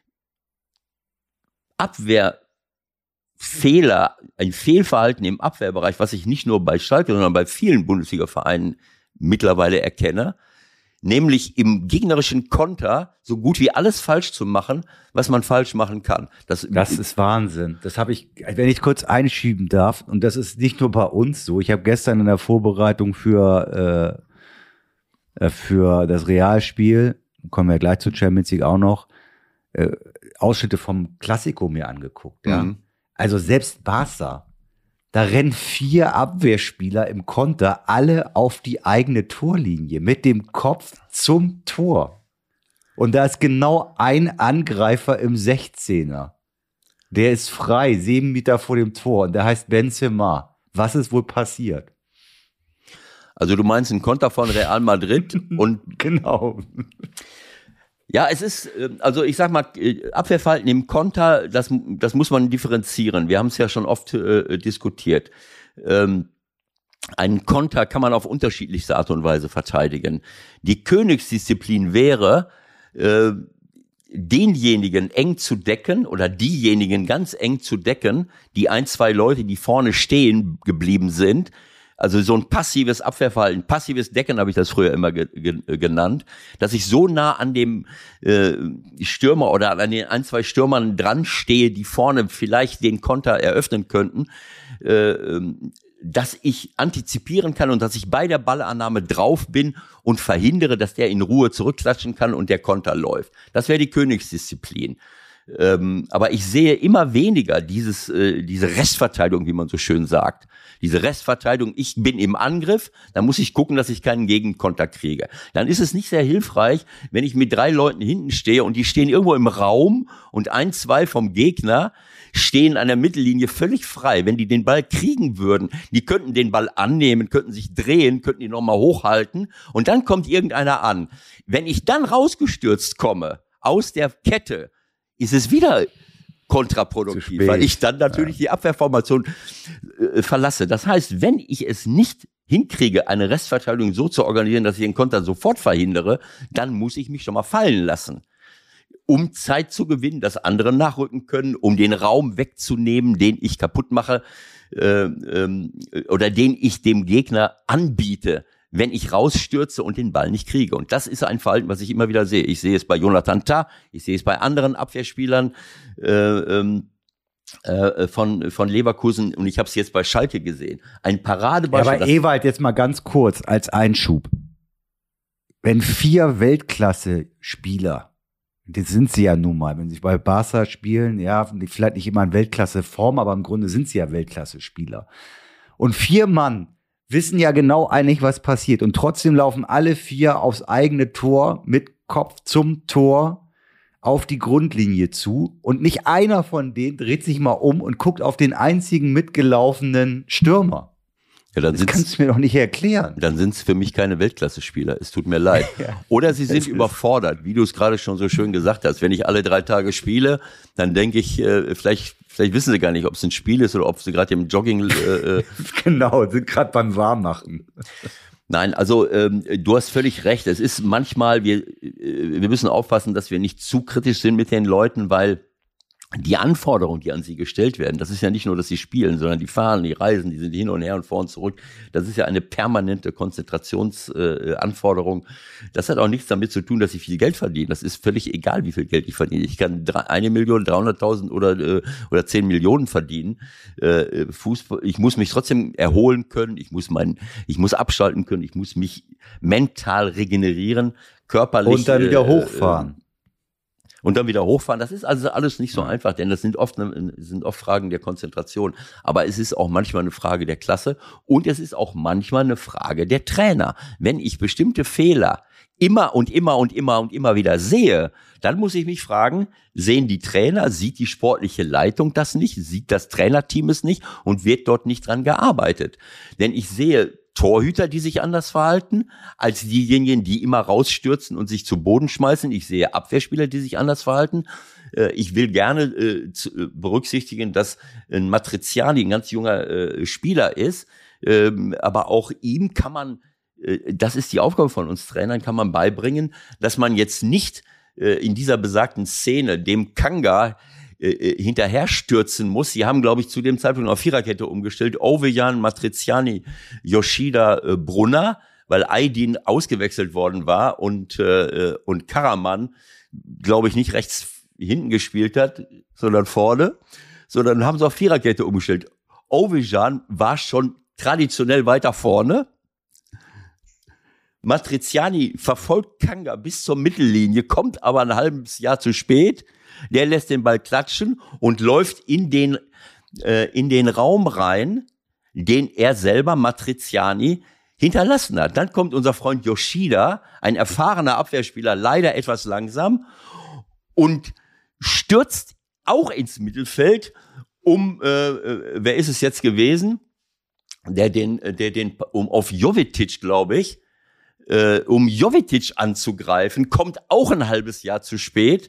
Abwehrfehler, ein Fehlverhalten im Abwehrbereich, was ich nicht nur bei Schalke, sondern bei vielen Bundesliga-Vereinen mittlerweile erkenne, nämlich im gegnerischen Konter so gut wie alles falsch zu machen, was man falsch machen kann. Das ist Wahnsinn. Das habe ich, wenn ich kurz einschieben darf, und das ist nicht nur bei uns so. Ich habe gestern in der Vorbereitung für das Realspiel, kommen wir gleich zur Champions League auch noch, Ausschnitte vom Classico mir angeguckt. Ja? Also selbst Barca, da rennen 4 Abwehrspieler im Konter alle auf die eigene Torlinie mit dem Kopf zum Tor. Und da ist genau ein Angreifer im 16er. Der ist frei, 7 Meter vor dem Tor. Und der heißt Benzema. Was ist wohl passiert? Also du meinst einen Konter von Real Madrid und genau. Ja, es ist, also ich sag mal, Abwehrverhalten im Konter, das muss man differenzieren. Wir haben es ja schon oft diskutiert. Einen Konter kann man auf unterschiedlichste Art und Weise verteidigen. Die Königsdisziplin wäre, denjenigen eng zu decken oder diejenigen ganz eng zu decken, die 1, 2 Leute, die vorne stehen geblieben sind. Also so ein passives Abwehrverhalten, passives Decken habe ich das früher immer genannt, dass ich so nah an dem Stürmer oder an den 1, 2 Stürmern dran stehe, die vorne vielleicht den Konter eröffnen könnten, dass ich antizipieren kann und dass ich bei der Ballannahme drauf bin und verhindere, dass der in Ruhe zurückklatschen kann und der Konter läuft. Das wäre die Königsdisziplin. Aber ich sehe immer weniger diese Restverteidigung, wie man so schön sagt. Diese Restverteidigung, ich bin im Angriff, dann muss ich gucken, dass ich keinen Gegenkonter kriege. Dann ist es nicht sehr hilfreich, wenn ich mit 3 Leuten hinten stehe und die stehen irgendwo im Raum und 1, 2 vom Gegner stehen an der Mittellinie völlig frei. Wenn die den Ball kriegen würden, die könnten den Ball annehmen, könnten sich drehen, könnten ihn nochmal hochhalten und dann kommt irgendeiner an. Wenn ich dann rausgestürzt komme aus der Kette, ist es wieder kontraproduktiv, weil ich dann natürlich die Abwehrformation verlasse. Das heißt, wenn ich es nicht hinkriege, eine Restverteidigung so zu organisieren, dass ich den Konter sofort verhindere, dann muss ich mich schon mal fallen lassen, um Zeit zu gewinnen, dass andere nachrücken können, um den Raum wegzunehmen, den ich kaputt mache oder den ich dem Gegner anbiete, wenn ich rausstürze und den Ball nicht kriege. Und das ist ein Verhalten, was ich immer wieder sehe. Ich sehe es bei Jonathan Tah, ich sehe es bei anderen Abwehrspielern von Leverkusen und ich habe es jetzt bei Schalke gesehen. Ein Paradebeispiel. Ja, aber Ewald, jetzt mal ganz kurz als Einschub. Wenn 4 Weltklasse-Spieler, das sind sie ja nun mal, wenn sie bei Barca spielen, ja, vielleicht nicht immer in Weltklasse-Form, aber im Grunde sind sie ja Weltklasse-Spieler. Und 4 Mann wissen ja genau eigentlich, was passiert. Und trotzdem laufen alle 4 aufs eigene Tor mit Kopf zum Tor auf die Grundlinie zu. Und nicht einer von denen dreht sich mal um und guckt auf den einzigen mitgelaufenen Stürmer. Ja, das kannst du mir doch nicht erklären. Dann sind es für mich keine Weltklasse-Spieler. Es tut mir leid. Oder sie sind überfordert, wie du es gerade schon so schön gesagt hast. Wenn ich alle 3 Tage spiele, dann denke ich, vielleicht wissen sie gar nicht, ob es ein Spiel ist oder ob sie gerade im Jogging genau, sind gerade beim Warmmachen. Nein, also du hast völlig recht. Es ist manchmal, wir müssen aufpassen, dass wir nicht zu kritisch sind mit den Leuten, weil die Anforderungen, die an sie gestellt werden, das ist ja nicht nur, dass sie spielen, sondern die fahren, die reisen, die sind hin und her und vor und zurück. Das ist ja eine permanente Konzentrationsanforderung. Das hat auch nichts damit zu tun, dass sie viel Geld verdienen. Das ist völlig egal, wie viel Geld ich verdiene. Ich kann 1.300.000 oder 10 Millionen verdienen. Fußball, ich muss mich trotzdem erholen können. Ich muss abschalten können. Ich muss mich mental regenerieren, körperlich. Und dann wieder hochfahren. Und dann wieder hochfahren. Das ist also alles nicht so einfach, denn das sind oft Fragen der Konzentration. Aber es ist auch manchmal eine Frage der Klasse und es ist auch manchmal eine Frage der Trainer. Wenn ich bestimmte Fehler immer wieder sehe, dann muss ich mich fragen, sehen die Trainer, sieht die sportliche Leitung das nicht, sieht das Trainerteam es nicht und wird dort nicht dran gearbeitet? Denn ich sehe Torhüter, die sich anders verhalten, als diejenigen, die immer rausstürzen und sich zu Boden schmeißen. Ich sehe Abwehrspieler, die sich anders verhalten. Ich will gerne berücksichtigen, dass ein Matriziani ein ganz junger Spieler ist, aber auch ihm kann man, das ist die Aufgabe von uns Trainern, kann man beibringen, dass man jetzt nicht in dieser besagten Szene dem Kanga hinterher stürzen muss. Sie haben, glaube ich, zu dem Zeitpunkt auf Viererkette umgestellt. Ovejan, Matriziani, Yoshida, Brunner, weil Aydin ausgewechselt worden war und Karaman, glaube ich, nicht rechts hinten gespielt hat, sondern vorne. Sondern haben sie auf Viererkette umgestellt. Ovejan war schon traditionell weiter vorne. Matriciani verfolgt Kanga bis zur Mittellinie, kommt aber ein halbes Jahr zu spät. Der lässt den Ball klatschen und läuft in den Raum rein, den er selber, Matriciani, hinterlassen hat. Dann kommt unser Freund Yoshida, ein erfahrener Abwehrspieler, leider etwas langsam, und stürzt auch ins Mittelfeld, wer ist es jetzt gewesen? Um auf Jovetic, glaube ich, um Jovetic anzugreifen, kommt auch ein halbes Jahr zu spät,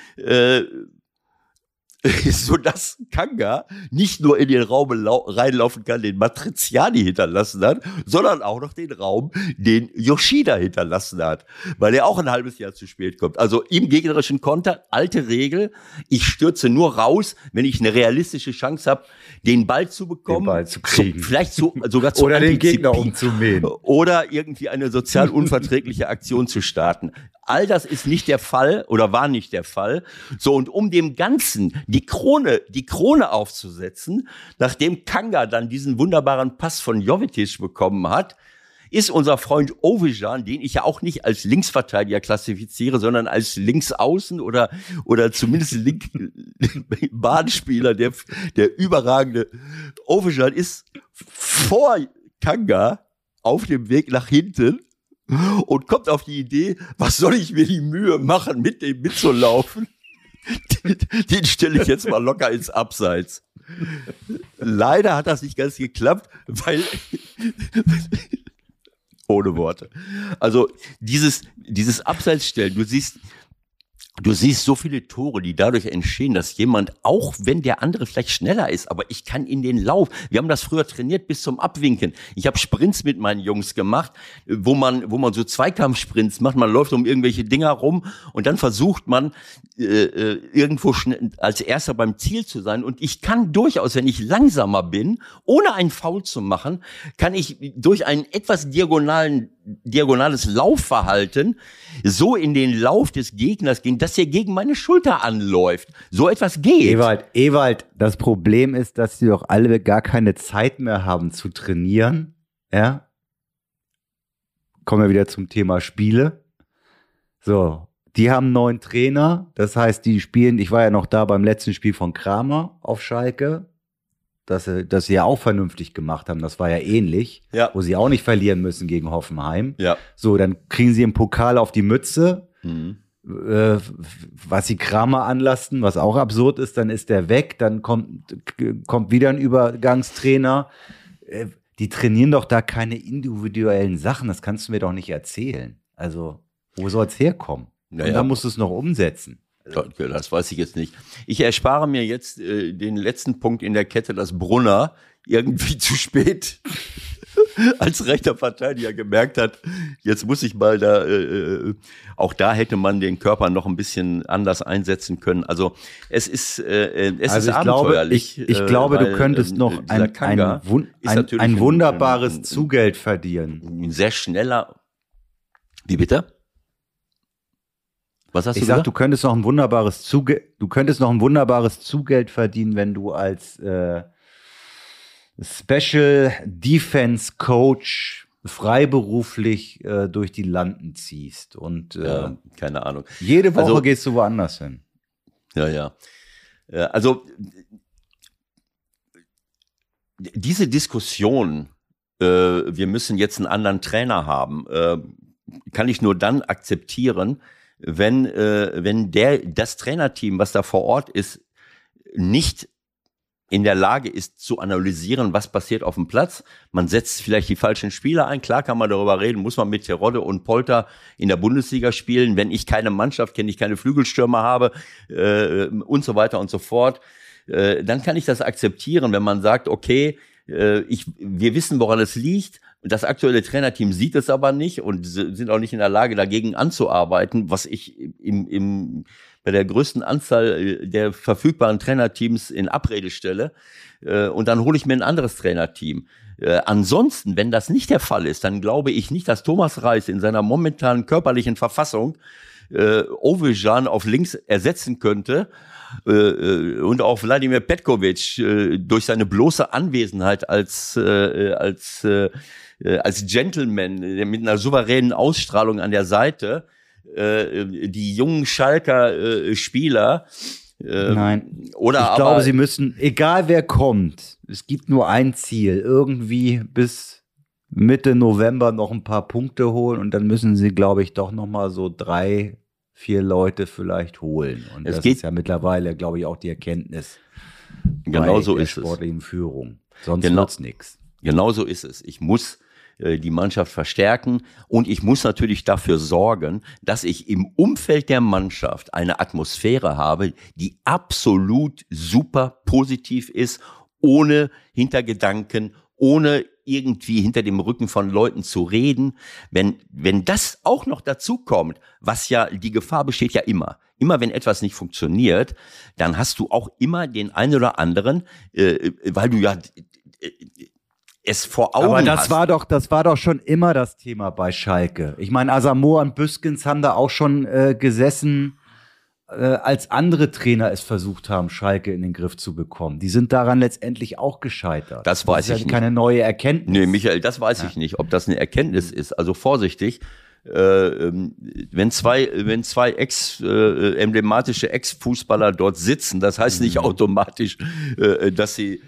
sodass Kanga nicht nur in den Raum reinlaufen kann, den Matriciani hinterlassen hat, sondern auch noch den Raum, den Yoshida hinterlassen hat, weil er auch ein halbes Jahr zu spät kommt. Also im gegnerischen Konter, alte Regel, ich stürze nur raus, wenn ich eine realistische Chance habe, den Ball zu bekommen, den Ball zu kriegen. Vielleicht sogar zu oder den Gegner umzumähen. Oder irgendwie eine sozial unverträgliche Aktion zu starten. All das ist nicht der Fall oder war nicht der Fall. So, und um dem Ganzen die Krone aufzusetzen, nachdem Kanga dann diesen wunderbaren Pass von Jovetic bekommen hat, ist unser Freund Ovejan, den ich ja auch nicht als Linksverteidiger klassifiziere, sondern als Linksaußen oder zumindest Bahnspieler, der überragende Ovejan ist vor Kanga auf dem Weg nach hinten und kommt auf die Idee, was soll ich mir die Mühe machen, mit dem mitzulaufen? Den stelle ich jetzt mal locker ins Abseits. Leider hat das nicht ganz geklappt, weil ohne Worte. Also dieses Abseitsstellen, du siehst so viele Tore, die dadurch entstehen, dass jemand, auch wenn der andere vielleicht schneller ist, aber ich kann in den Lauf. Wir haben das früher trainiert bis zum Abwinken. Ich habe Sprints mit meinen Jungs gemacht, wo man so Zweikampfsprints macht. Man läuft um irgendwelche Dinger rum und dann versucht man irgendwo schnell als Erster beim Ziel zu sein. Und ich kann durchaus, wenn ich langsamer bin, ohne einen Foul zu machen, kann ich durch ein etwas diagonales Laufverhalten so in den Lauf des Gegners gehen, dass er gegen meine Schulter anläuft. So etwas geht. Ewald, das Problem ist, dass die doch alle gar keine Zeit mehr haben zu trainieren. Ja? Kommen wir wieder zum Thema Spiele. So, die haben einen neuen Trainer. Das heißt, die spielen, ich war ja noch da beim letzten Spiel von Kramer auf Schalke, dass sie ja auch vernünftig gemacht haben. Das war ja ähnlich, ja, wo sie auch nicht verlieren müssen gegen Hoffenheim. Ja. So, dann kriegen sie im Pokal auf die Mütze, was sie Kramer anlasten, was auch absurd ist. Dann ist der weg, dann kommt wieder ein Übergangstrainer. Die trainieren doch da keine individuellen Sachen. Das kannst du mir doch nicht erzählen. Also, wo soll es herkommen? Naja. Und dann musst du es noch umsetzen. Das weiß ich jetzt nicht. Ich erspare mir jetzt den letzten Punkt in der Kette, dass Brunner irgendwie zu spät als rechter Verteidiger gemerkt hat, jetzt muss ich mal da, auch da hätte man den Körper noch ein bisschen anders einsetzen können. Also es ist abenteuerlich. Ich glaube, du könntest noch ein wunderbares Zugeld verdienen. Ein sehr schneller. Wie bitte? Was hast du gesagt? Du könntest noch ein wunderbares Zugeld verdienen, wenn du als Special Defense Coach freiberuflich durch die Landen ziehst. Und keine Ahnung. Jede Woche gehst du woanders hin. Ja. Also diese Diskussion, wir müssen jetzt einen anderen Trainer haben, kann ich nur dann akzeptieren, wenn das Trainerteam, was da vor Ort ist, nicht in der Lage ist zu analysieren, was passiert auf dem Platz. Man setzt vielleicht die falschen Spieler ein. Klar kann man darüber reden, muss man mit Terodde und Polter in der Bundesliga spielen, wenn ich keine Mannschaft kenne, ich keine Flügelstürmer habe und so weiter und so fort. Dann kann ich das akzeptieren, wenn man sagt, okay, wir wissen, woran es liegt. Das aktuelle Trainerteam sieht es aber nicht und sind auch nicht in der Lage, dagegen anzuarbeiten, was ich bei der größten Anzahl der verfügbaren Trainerteams in Abrede stelle. Und dann hole ich mir ein anderes Trainerteam. Ansonsten, wenn das nicht der Fall ist, dann glaube ich nicht, dass Thomas Reis in seiner momentanen körperlichen Verfassung Ovejan auf links ersetzen könnte, und auch Wladimir Petkovic durch seine bloße Anwesenheit als Gentleman mit einer souveränen Ausstrahlung an der Seite die jungen Schalker Spieler Nein, oder ich glaube, sie müssen, egal wer kommt, es gibt nur ein Ziel, irgendwie bis Mitte November noch ein paar Punkte holen und dann müssen sie, glaube ich, doch noch mal so 3, 4 Leute vielleicht holen. Und das ist ja mittlerweile, glaube ich, auch die Erkenntnis genau so der ist sportlichen Führung. Sonst wird's nichts. Genau so ist es. Ich muss die Mannschaft verstärken und ich muss natürlich dafür sorgen, dass ich im Umfeld der Mannschaft eine Atmosphäre habe, die absolut super positiv ist, ohne Hintergedanken, ohne irgendwie hinter dem Rücken von Leuten zu reden. Wenn das auch noch dazu kommt, was ja, die Gefahr besteht ja immer wenn etwas nicht funktioniert, dann hast du auch immer den einen oder anderen, weil du ja es vor Augen hast. Aber das war doch schon immer das Thema bei Schalke. Ich meine, Asamoah und Büskens haben da auch schon gesessen, als andere Trainer es versucht haben, Schalke in den Griff zu bekommen. Die sind daran letztendlich auch gescheitert. Das weiß ich nicht. Das ist ja keine neue Erkenntnis. Nee, Michael, das weiß ich nicht, ob das eine Erkenntnis ist. Also vorsichtig, wenn zwei emblematische Ex-Fußballer dort sitzen, das heißt nicht automatisch, dass sie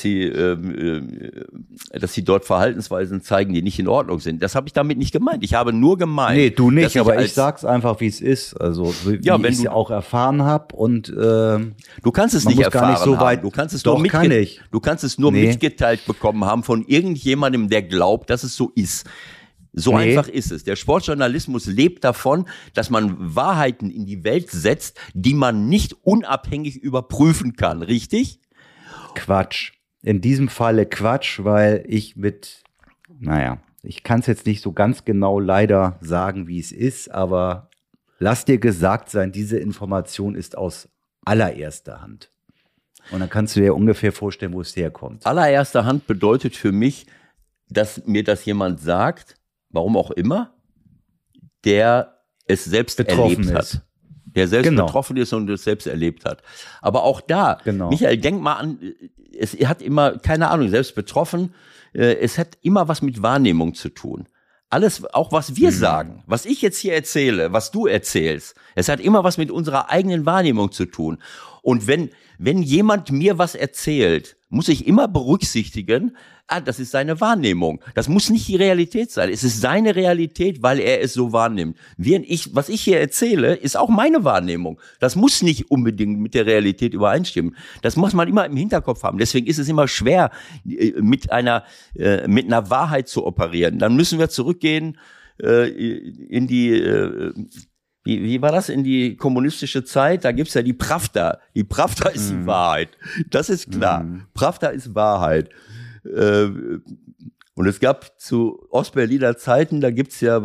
dort Verhaltensweisen zeigen, die nicht in Ordnung sind. Das habe ich damit nicht gemeint. Ich habe nur gemeint. Nee, du nicht, aber ich sag's einfach, wie es ist. Also wie ich es auch erfahren habe und du kannst es nicht erfahren haben. Du kannst es nur mitgeteilt bekommen haben von irgendjemandem, der glaubt, dass es so ist. So einfach ist es. Der Sportjournalismus lebt davon, dass man Wahrheiten in die Welt setzt, die man nicht unabhängig überprüfen kann, richtig? Quatsch. In diesem Falle Quatsch, weil ich ich kann es jetzt nicht so ganz genau leider sagen, wie es ist, aber lass dir gesagt sein, diese Information ist aus allererster Hand. Und dann kannst du dir ungefähr vorstellen, wo es herkommt. Allererster Hand bedeutet für mich, dass mir das jemand sagt, warum auch immer, der es selbst erlebt hat. Der selbst betroffen ist und es selbst erlebt hat. Aber auch da, Michael, denk mal an, es hat immer, keine Ahnung, selbst betroffen, es hat immer was mit Wahrnehmung zu tun. Alles, auch was wir sagen, was ich jetzt hier erzähle, was du erzählst, es hat immer was mit unserer eigenen Wahrnehmung zu tun. Und wenn jemand mir was erzählt, muss ich immer berücksichtigen, das ist seine Wahrnehmung. Das muss nicht die Realität sein. Es ist seine Realität, weil er es so wahrnimmt. Was ich hier erzähle, ist auch meine Wahrnehmung. Das muss nicht unbedingt mit der Realität übereinstimmen. Das muss man immer im Hinterkopf haben. Deswegen ist es immer schwer, mit einer Wahrheit zu operieren. Dann müssen wir zurückgehen in die wie war das in die kommunistische Zeit? Da gibt's ja die Pravda. Die Pravda ist die Wahrheit. Das ist klar. Pravda ist Wahrheit. Und es gab zu Ostberliner Zeiten, da gibt's ja,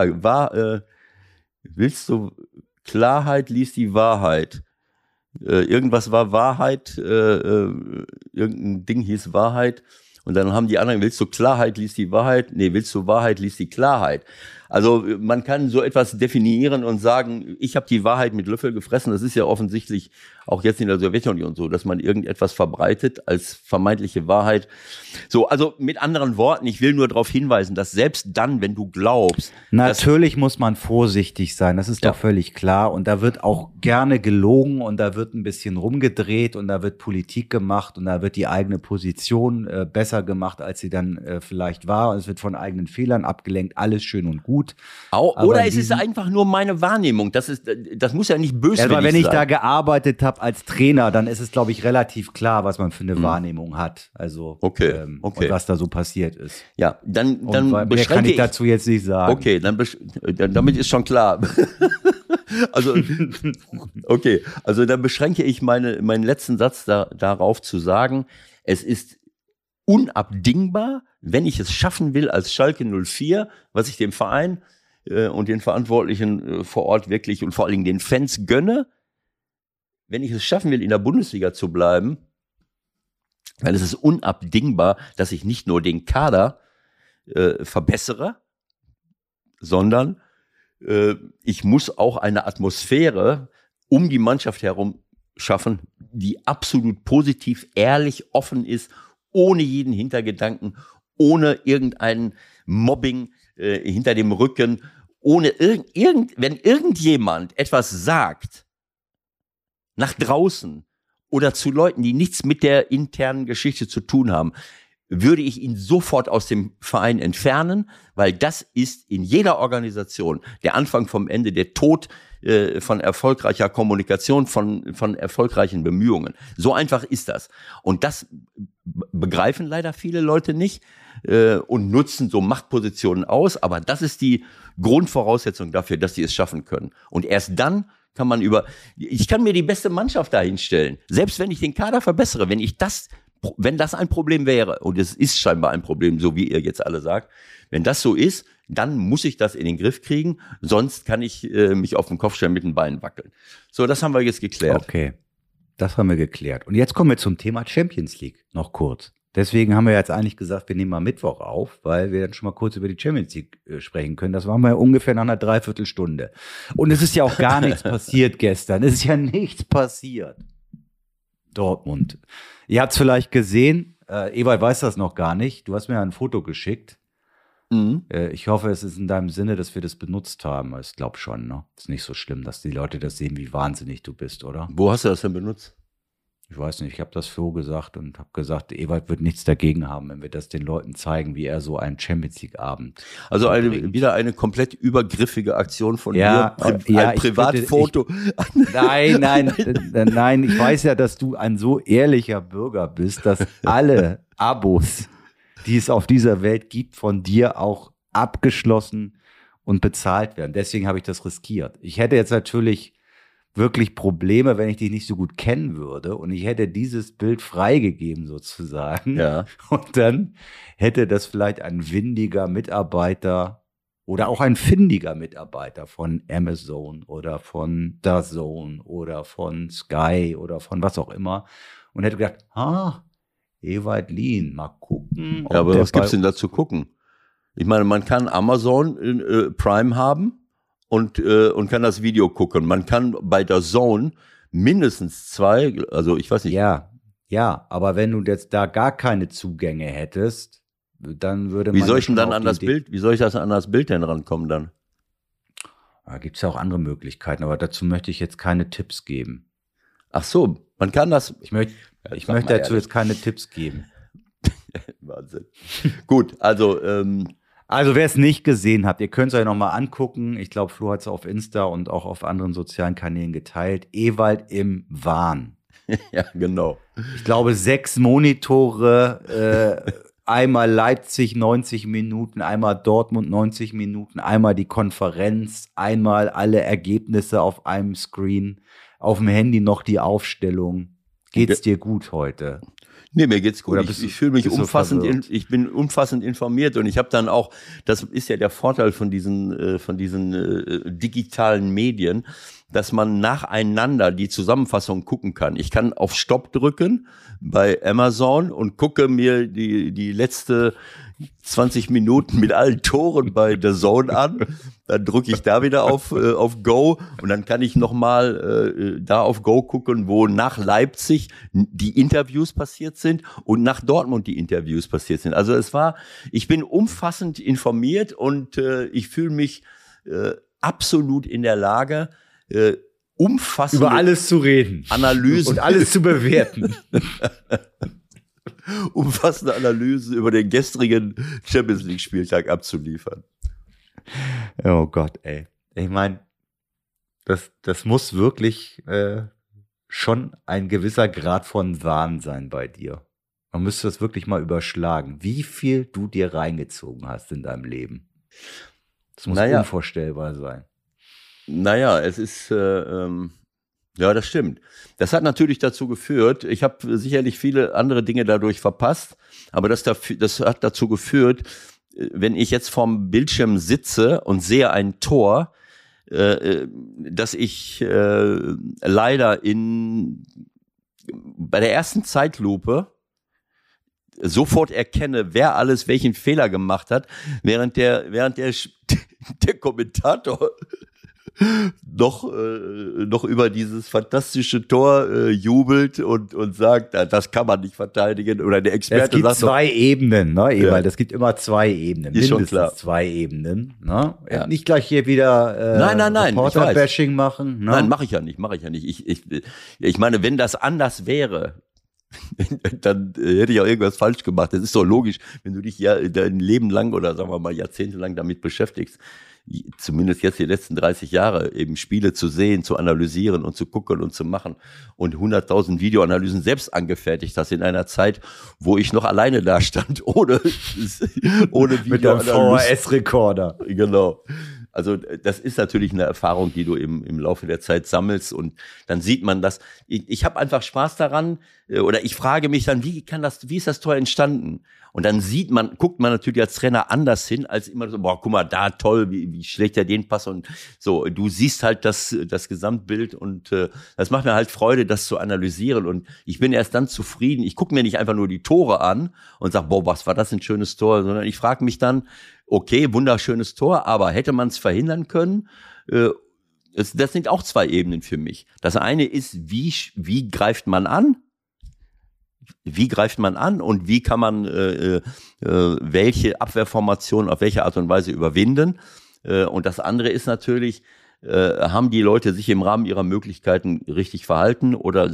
willst du Klarheit, lies die Wahrheit. Irgendwas war Wahrheit, irgendein Ding hieß Wahrheit. Und dann haben die anderen, willst du Klarheit, lies die Wahrheit. Nee, willst du Wahrheit, lies die Klarheit. Also man kann so etwas definieren und sagen, ich habe die Wahrheit mit Löffel gefressen. Das ist ja offensichtlich auch jetzt in der Sowjetunion so, dass man irgendetwas verbreitet als vermeintliche Wahrheit. So, also mit anderen Worten, ich will nur darauf hinweisen, dass selbst dann, wenn du glaubst... Natürlich muss man vorsichtig sein, das ist doch völlig klar. Und da wird auch gerne gelogen und da wird ein bisschen rumgedreht und da wird Politik gemacht und da wird die eigene Position besser gemacht, als sie dann vielleicht war. Und es wird von eigenen Fehlern abgelenkt, alles schön und gut. Oder es ist einfach nur meine Wahrnehmung. Das muss ja nicht böswillig sein. Aber wenn ich da gearbeitet habe als Trainer, dann ist es, glaube ich, relativ klar, was man für eine Wahrnehmung hat. Also okay. Und was da so passiert ist. Ja, dann mehr kann ich dazu jetzt nicht sagen. Okay, damit ist schon klar. Also dann beschränke ich meinen letzten Satz darauf zu sagen, es ist unabdingbar, wenn ich es schaffen will als Schalke 04, was ich dem Verein und den Verantwortlichen vor Ort wirklich und vor allen Dingen den Fans gönne, wenn ich es schaffen will, in der Bundesliga zu bleiben, weil es ist unabdingbar, dass ich nicht nur den Kader verbessere, sondern ich muss auch eine Atmosphäre um die Mannschaft herum schaffen, die absolut positiv, ehrlich, offen ist, ohne jeden Hintergedanken, ohne irgendein Mobbing hinter dem Rücken, ohne wenn irgendjemand etwas sagt nach draußen oder zu Leuten, die nichts mit der internen Geschichte zu tun haben, würde ich ihn sofort aus dem Verein entfernen, weil das ist in jeder Organisation der Anfang vom Ende, der Tod von erfolgreicher Kommunikation, von erfolgreichen Bemühungen. So einfach ist das. Und das begreifen leider viele Leute nicht und nutzen so Machtpositionen aus, aber das ist die Grundvoraussetzung dafür, dass sie es schaffen können. Und erst dann kann man ich kann mir die beste Mannschaft dahinstellen, selbst wenn ich den Kader verbessere, wenn das ein Problem wäre, und es ist scheinbar ein Problem, so wie ihr jetzt alle sagt, wenn das so ist, dann muss ich das in den Griff kriegen, sonst kann ich mich auf den Kopf stellen, mit den Beinen wackeln. So, das haben wir jetzt geklärt. Okay, das haben wir geklärt. Und jetzt kommen wir zum Thema Champions League noch kurz. Deswegen haben wir jetzt eigentlich gesagt, wir nehmen mal Mittwoch auf, weil wir dann schon mal kurz über die Champions League sprechen können. Das waren wir ungefähr nach einer Dreiviertelstunde. Und es ist ja auch gar nichts passiert gestern. Es ist ja nichts passiert. Dortmund. Ihr habt es vielleicht gesehen, Ewald weiß das noch gar nicht. Du hast mir ein Foto geschickt. Mhm. Ich hoffe, es ist in deinem Sinne, dass wir das benutzt haben. Ich glaube schon, ne? Ist nicht so schlimm, dass die Leute das sehen, wie wahnsinnig du bist, oder? Wo hast du das denn benutzt? Ich weiß nicht, ich habe das so gesagt und habe gesagt, Ewald wird nichts dagegen haben, wenn wir das den Leuten zeigen, wie er so einen Champions League Abend Also wieder eine komplett übergriffige Aktion von dir, ein Privatfoto. Nein, ich weiß ja, dass du ein so ehrlicher Bürger bist, dass alle Abos, die es auf dieser Welt gibt, von dir auch abgeschlossen und bezahlt werden. Deswegen habe ich das riskiert. Ich hätte jetzt natürlich wirklich Probleme, wenn ich dich nicht so gut kennen würde und ich hätte dieses Bild freigegeben sozusagen. Ja. Und dann hätte das vielleicht ein windiger Mitarbeiter oder auch ein findiger Mitarbeiter von Amazon oder von DAZN oder von Sky oder von was auch immer und hätte gedacht, Ewald Lien, mal gucken. Ja, aber was gibt's denn da zu gucken? Ich meine, man kann Amazon Prime haben und kann das Video gucken. Man kann bei DAZN mindestens 2, also ich weiß nicht. Ja, aber wenn du jetzt da gar keine Zugänge hättest, dann würde man. Wie soll ich denn dann an das Bild, wie soll ich das an das Bild denn rankommen dann? Da gibt's ja auch andere Möglichkeiten, aber dazu möchte ich jetzt keine Tipps geben. Ach so, man kann das. Ich möchte dazu jetzt keine Tipps geben. Wahnsinn. Gut, also wer es nicht gesehen hat, ihr könnt es euch nochmal angucken. Ich glaube, Flo hat es auf Insta und auch auf anderen sozialen Kanälen geteilt. Ewald im Wahn. Ja, genau. Ich glaube, 6 Monitore, einmal Leipzig 90 Minuten, einmal Dortmund 90 Minuten, einmal die Konferenz, einmal alle Ergebnisse auf einem Screen, auf dem Handy noch die Aufstellung. Geht's dir gut heute? Nee, mir geht's gut. Ich fühle mich ich bin umfassend informiert und ich habe dann auch, das ist ja der Vorteil von diesen digitalen Medien, dass man nacheinander die Zusammenfassung gucken kann. Ich kann auf Stopp drücken bei Amazon und gucke mir die letzte 20 Minuten mit allen Toren bei DAZN an. Dann drücke ich da wieder auf Go und dann kann ich nochmal da auf Go gucken, wo nach Leipzig die Interviews passiert sind und nach Dortmund die Interviews passiert sind. Also ich bin umfassend informiert und ich fühle mich absolut in der Lage, umfassend über alles zu reden, Analysen und alles zu bewerten. Umfassende Analysen über den gestrigen Champions League Spieltag abzuliefern. Oh Gott, ey. Ich meine, das muss wirklich schon ein gewisser Grad von Wahn sein bei dir. Man müsste das wirklich mal überschlagen, wie viel du dir reingezogen hast in deinem Leben. Das muss unvorstellbar sein. Naja, es ist, ja, das stimmt. Das hat natürlich dazu geführt, ich habe sicherlich viele andere Dinge dadurch verpasst, aber das hat dazu geführt, wenn ich jetzt vorm Bildschirm sitze und sehe ein Tor, dass ich leider bei der ersten Zeitlupe sofort erkenne, wer alles welchen Fehler gemacht hat, während der der Kommentator noch über dieses fantastische Tor jubelt und sagt, das kann man nicht verteidigen. Oder der Experte sagt, es gibt zwei Ebenen, ne, Ewald? Es gibt immer zwei Ebenen, ist mindestens schon klar. zwei Ebenen. Ne? Ja. Nicht gleich hier wieder nein, Reporter-Bashing machen. Ne? Nein, mache ich ja nicht. Ich meine, wenn das anders wäre, dann hätte ich auch irgendwas falsch gemacht. Das ist doch logisch, wenn du dich ja dein Leben lang oder sagen wir mal jahrzehntelang damit beschäftigst, zumindest jetzt die letzten 30 Jahre, eben Spiele zu sehen, zu analysieren und zu gucken und zu machen und 100.000 Videoanalysen selbst angefertigt hast in einer Zeit, wo ich noch alleine da stand, ohne Videoanalyse. Mit einem VHS-Rekorder. Genau. Also das ist natürlich eine Erfahrung, die du im Laufe der Zeit sammelst und dann sieht man das. Ich habe einfach Spaß daran oder ich frage mich dann, wie ist das Tor entstanden? Und dann guckt man natürlich als Trainer anders hin, als immer so, boah, guck mal, da toll, wie schlägt er den Pass und so. Du siehst halt das Gesamtbild und das macht mir halt Freude, das zu analysieren und ich bin erst dann zufrieden. Ich gucke mir nicht einfach nur die Tore an und sage, boah, was war das ein schönes Tor, sondern ich frage mich dann, okay, wunderschönes Tor, aber hätte man es verhindern können? Das sind auch zwei Ebenen für mich. Das eine ist, wie greift man an? Wie greift man an und wie kann man welche Abwehrformation auf welche Art und Weise überwinden? Und das andere ist natürlich, haben die Leute sich im Rahmen ihrer Möglichkeiten richtig verhalten oder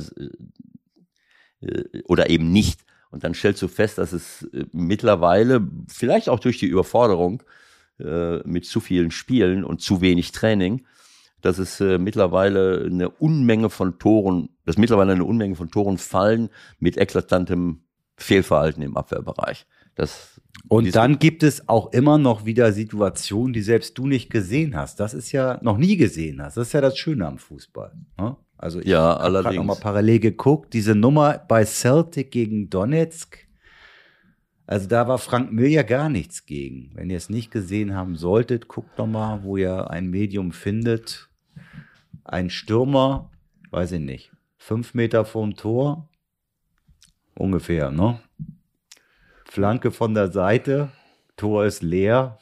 eben nicht? Und dann stellst du fest, dass es mittlerweile, vielleicht auch durch die Überforderung mit zu vielen Spielen und zu wenig Training, dass es mittlerweile eine Unmenge von Toren fallen mit eklatantem Fehlverhalten im Abwehrbereich. Und dann gibt es auch immer noch wieder Situationen, die selbst du nicht gesehen hast. Das ist ja noch nie gesehen hast. Das ist ja das Schöne am Fußball. Ne? Also ich habe gerade noch mal parallel geguckt, diese Nummer bei Celtic gegen Donetsk, also da war Frank Mill ja gar nichts gegen. Wenn ihr es nicht gesehen haben solltet, guckt noch mal, wo ihr ein Medium findet. Ein Stürmer, weiß ich nicht, 5 Meter vorm Tor, ungefähr, ne? Flanke von der Seite, Tor ist leer.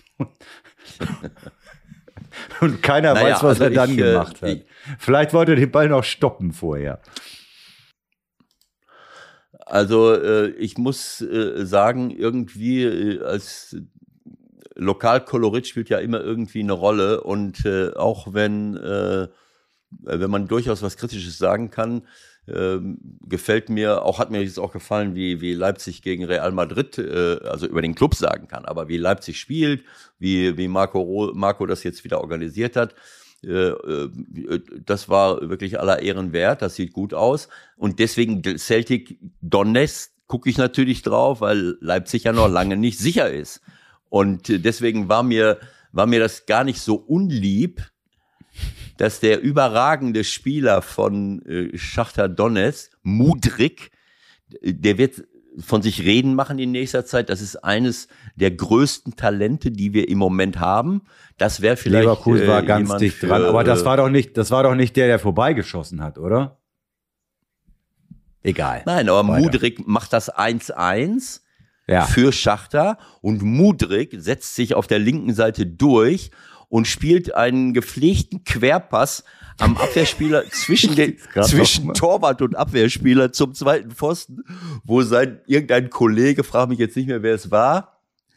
Und keiner weiß, was er dann gemacht hat. Vielleicht wollte er den Ball noch stoppen vorher. Also ich muss sagen, irgendwie als Lokalkolorit spielt ja immer irgendwie eine Rolle und auch wenn man durchaus was Kritisches sagen kann, gefällt mir, hat mir jetzt auch gefallen, wie Leipzig gegen Real Madrid, also über den Club sagen kann, aber wie Leipzig spielt, wie Marco das jetzt wieder organisiert hat, das war wirklich aller Ehren wert, das sieht gut aus und deswegen Celtic Donetsk gucke ich natürlich drauf, weil Leipzig ja noch lange nicht sicher ist und deswegen war mir das gar nicht so unlieb, dass der überragende Spieler von Schachtar Donetsk, Mudryk, der wird von sich reden machen in nächster Zeit. Das ist eines der größten Talente, die wir im Moment haben. Das wäre vielleicht Leverkusen war ganz dicht dran, aber das war doch nicht der vorbeigeschossen hat, oder? Egal. Nein, aber Mudryk macht das 1-1 für Schachtar und Mudryk setzt sich auf der linken Seite durch und spielt einen gepflegten Querpass am Abwehrspieler zwischen Torwart und Abwehrspieler zum zweiten Pfosten, wo irgendein Kollege, frage mich jetzt nicht mehr, wer es war,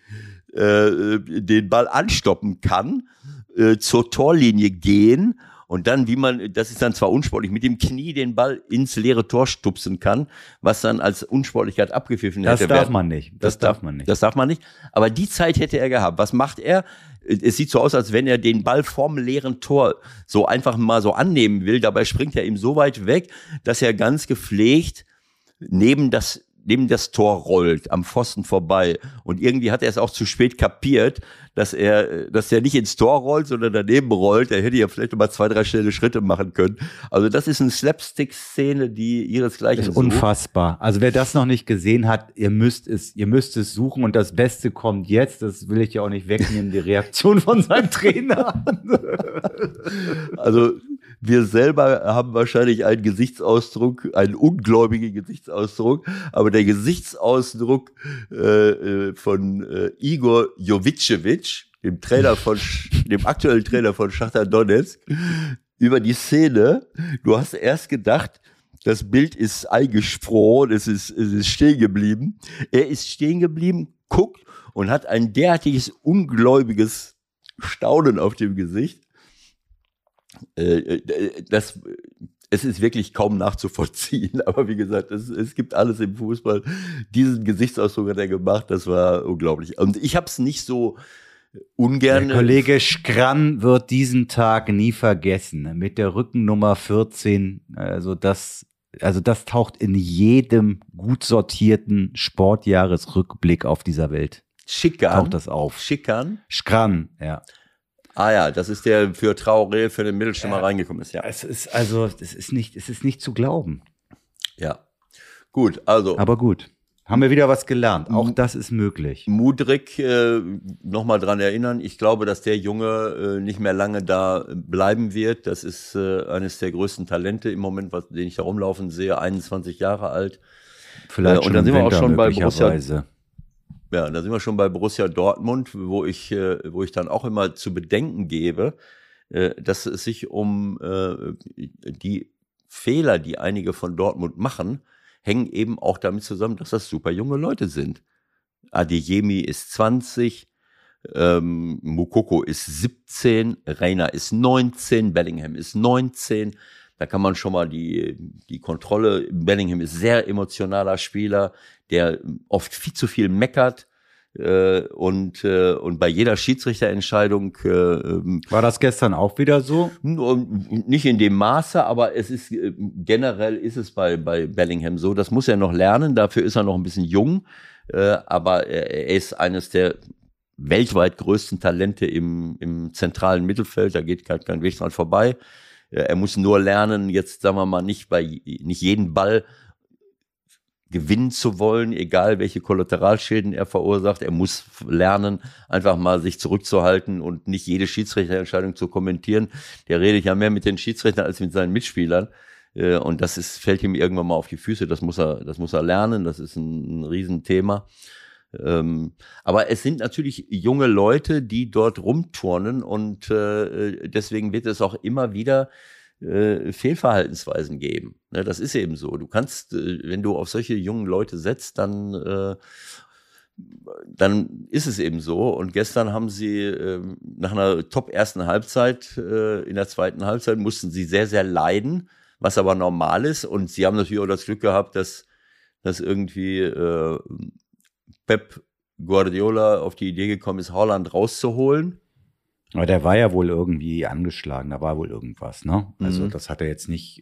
den Ball anstoppen kann, zur Torlinie gehen und dann, das ist dann zwar unsportlich, mit dem Knie den Ball ins leere Tor stupsen kann, was dann als Unsportlichkeit abgepfiffen hätte. Das darf man nicht. Das darf man nicht. Aber die Zeit hätte er gehabt. Was macht er? Es sieht so aus, als wenn er den Ball vorm leeren Tor so einfach mal so annehmen will. Dabei springt er ihm so weit weg, dass er ganz gepflegt neben das Tor rollt, am Pfosten vorbei. Und irgendwie hat er es auch zu spät kapiert, dass er nicht ins Tor rollt, sondern daneben rollt. Er hätte ja vielleicht noch mal 2, 3 schnelle Schritte machen können. Also das ist eine Slapstick-Szene, die ihresgleichen sucht. Das ist unfassbar. Also wer das noch nicht gesehen hat, ihr müsst es suchen und das Beste kommt jetzt. Das will ich ja auch nicht wegnehmen, die Reaktion von seinem Trainer. Also wir selber haben wahrscheinlich einen Gesichtsausdruck, einen ungläubigen Gesichtsausdruck, aber der Gesichtsausdruck von Igor Jovicevic, dem aktuellen Trainer von Schachtar Donetsk, über die Szene. Du hast erst gedacht, das Bild ist eingefroren, es ist stehen geblieben. Er ist stehen geblieben, guckt und hat ein derartiges ungläubiges Staunen auf dem Gesicht. Es ist wirklich kaum nachzuvollziehen, aber wie gesagt, es gibt alles im Fußball. Diesen Gesichtsausdruck hat er gemacht, das war unglaublich. Und ich habe es nicht so ungern. Der Kollege Schrann wird diesen Tag nie vergessen. Mit der Rückennummer 14, also das taucht in jedem gut sortierten Sportjahresrückblick auf dieser Welt. Schikan. Taucht das auf. Schikan? Schrann, ja. Ah ja, das ist der für Traoré, für den Mittelstürmer reingekommen ist, ja. Es ist nicht zu glauben. Ja. Gut, also. Aber gut. Haben wir wieder was gelernt. Auch das ist möglich. Mudryk, nochmal dran erinnern, ich glaube, dass der Junge nicht mehr lange da bleiben wird. Das ist eines der größten Talente im Moment, den ich da rumlaufen sehe, 21 Jahre alt. Vielleicht und dann sind wir auch schon bei Borussia. Ja, da sind wir schon bei Borussia Dortmund, wo ich dann auch immer zu bedenken gebe, dass es sich um die Fehler, die einige von Dortmund machen, hängen eben auch damit zusammen, dass das super junge Leute sind. Adeyemi ist 20, Moukoko ist 17, Reina ist 19, Bellingham ist 19. Da kann man schon mal die Kontrolle. Bellingham ist sehr emotionaler Spieler, der oft viel zu viel meckert. Und bei jeder Schiedsrichterentscheidung war das gestern auch wieder so? Nicht in dem Maße, aber es ist generell ist es bei Bellingham so. Das muss er noch lernen. Dafür ist er noch ein bisschen jung, aber er ist eines der weltweit größten Talente im zentralen Mittelfeld. Da geht kein Weg dran vorbei. Er muss nur lernen, jetzt sagen wir mal nicht jeden Ball gewinnen zu wollen, egal welche Kollateralschäden er verursacht. Er muss lernen, einfach mal sich zurückzuhalten und nicht jede Schiedsrichterentscheidung zu kommentieren. Der redet ja mehr mit den Schiedsrichtern als mit seinen Mitspielern. Und fällt ihm irgendwann mal auf die Füße. Das muss er lernen. Das ist ein Riesenthema. Aber es sind natürlich junge Leute, die dort rumturnen und deswegen wird es auch immer wieder Fehlverhaltensweisen geben. Das ist eben so. Du kannst, wenn du auf solche jungen Leute setzt, dann ist es eben so. Und gestern haben sie nach einer top ersten Halbzeit, in der zweiten Halbzeit mussten sie sehr, sehr leiden, was aber normal ist. Und sie haben natürlich auch das Glück gehabt, dass irgendwie Pep Guardiola auf die Idee gekommen ist, Haaland rauszuholen. Aber der war ja wohl irgendwie angeschlagen, da war wohl irgendwas, ne? Also das hat er jetzt nicht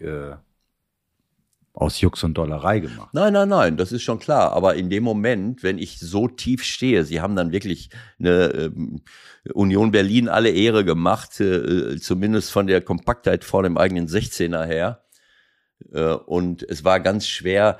aus Jux und Dollerei gemacht. Nein, das ist schon klar. Aber in dem Moment, wenn ich so tief stehe, sie haben dann wirklich eine Union Berlin alle Ehre gemacht, zumindest von der Kompaktheit vor dem eigenen 16er her. Und es war ganz schwer,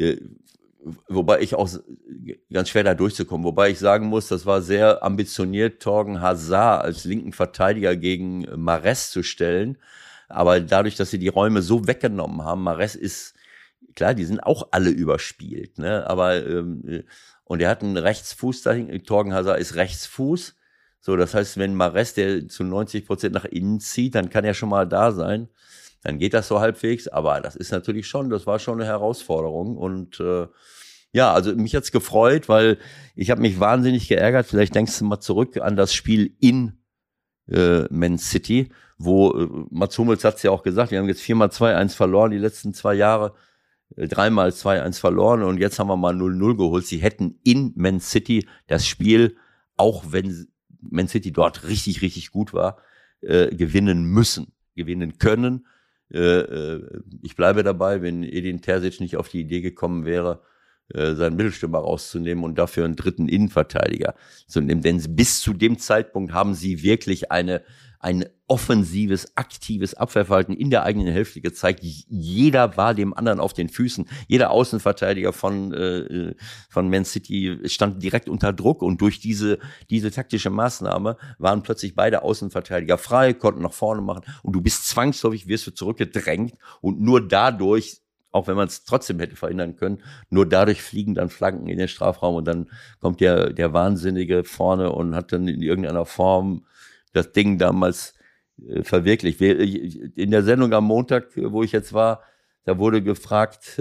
wobei ich auch ganz schwer da durchzukommen. Wobei ich sagen muss, das war sehr ambitioniert, Thorgan Hazard als linken Verteidiger gegen Mahrez zu stellen. Aber dadurch, dass sie die Räume so weggenommen haben, Mahrez ist, klar, die sind auch alle überspielt, ne? Aber, und er hat einen Rechtsfuß dahin, Thorgan Hazard ist Rechtsfuß. So, das heißt, wenn Mahrez, der zu 90% nach innen zieht, dann kann er schon mal da sein. Dann geht das so halbwegs, aber das war schon eine Herausforderung und ja, also mich hat's gefreut, weil ich habe mich wahnsinnig geärgert. Vielleicht denkst du mal zurück an das Spiel in Man City, wo Mats Hummels hat's ja auch gesagt, wir haben jetzt 4-mal 2-1 verloren die letzten 2 Jahre, 3-mal 2-1 verloren und jetzt haben wir mal 0-0 geholt. Sie hätten in Man City das Spiel, auch wenn Man City dort richtig, richtig gut war, gewinnen können. Ich bleibe dabei, wenn Edin Terzic nicht auf die Idee gekommen wäre, seinen Mittelstürmer rauszunehmen und dafür einen dritten Innenverteidiger zu nehmen. Denn bis zu dem Zeitpunkt haben sie wirklich ein offensives, aktives Abwehrverhalten in der eigenen Hälfte gezeigt. Jeder war dem anderen auf den Füßen. Jeder Außenverteidiger von Man City stand direkt unter Druck und durch diese taktische Maßnahme waren plötzlich beide Außenverteidiger frei, konnten nach vorne machen und du bist zwangsläufig, wirst du zurückgedrängt und nur dadurch auch wenn man es trotzdem hätte verhindern können. Nur dadurch fliegen dann Flanken in den Strafraum und dann kommt der Wahnsinnige vorne und hat dann in irgendeiner Form das Ding damals verwirklicht. In der Sendung am Montag, wo ich jetzt war, da wurde gefragt,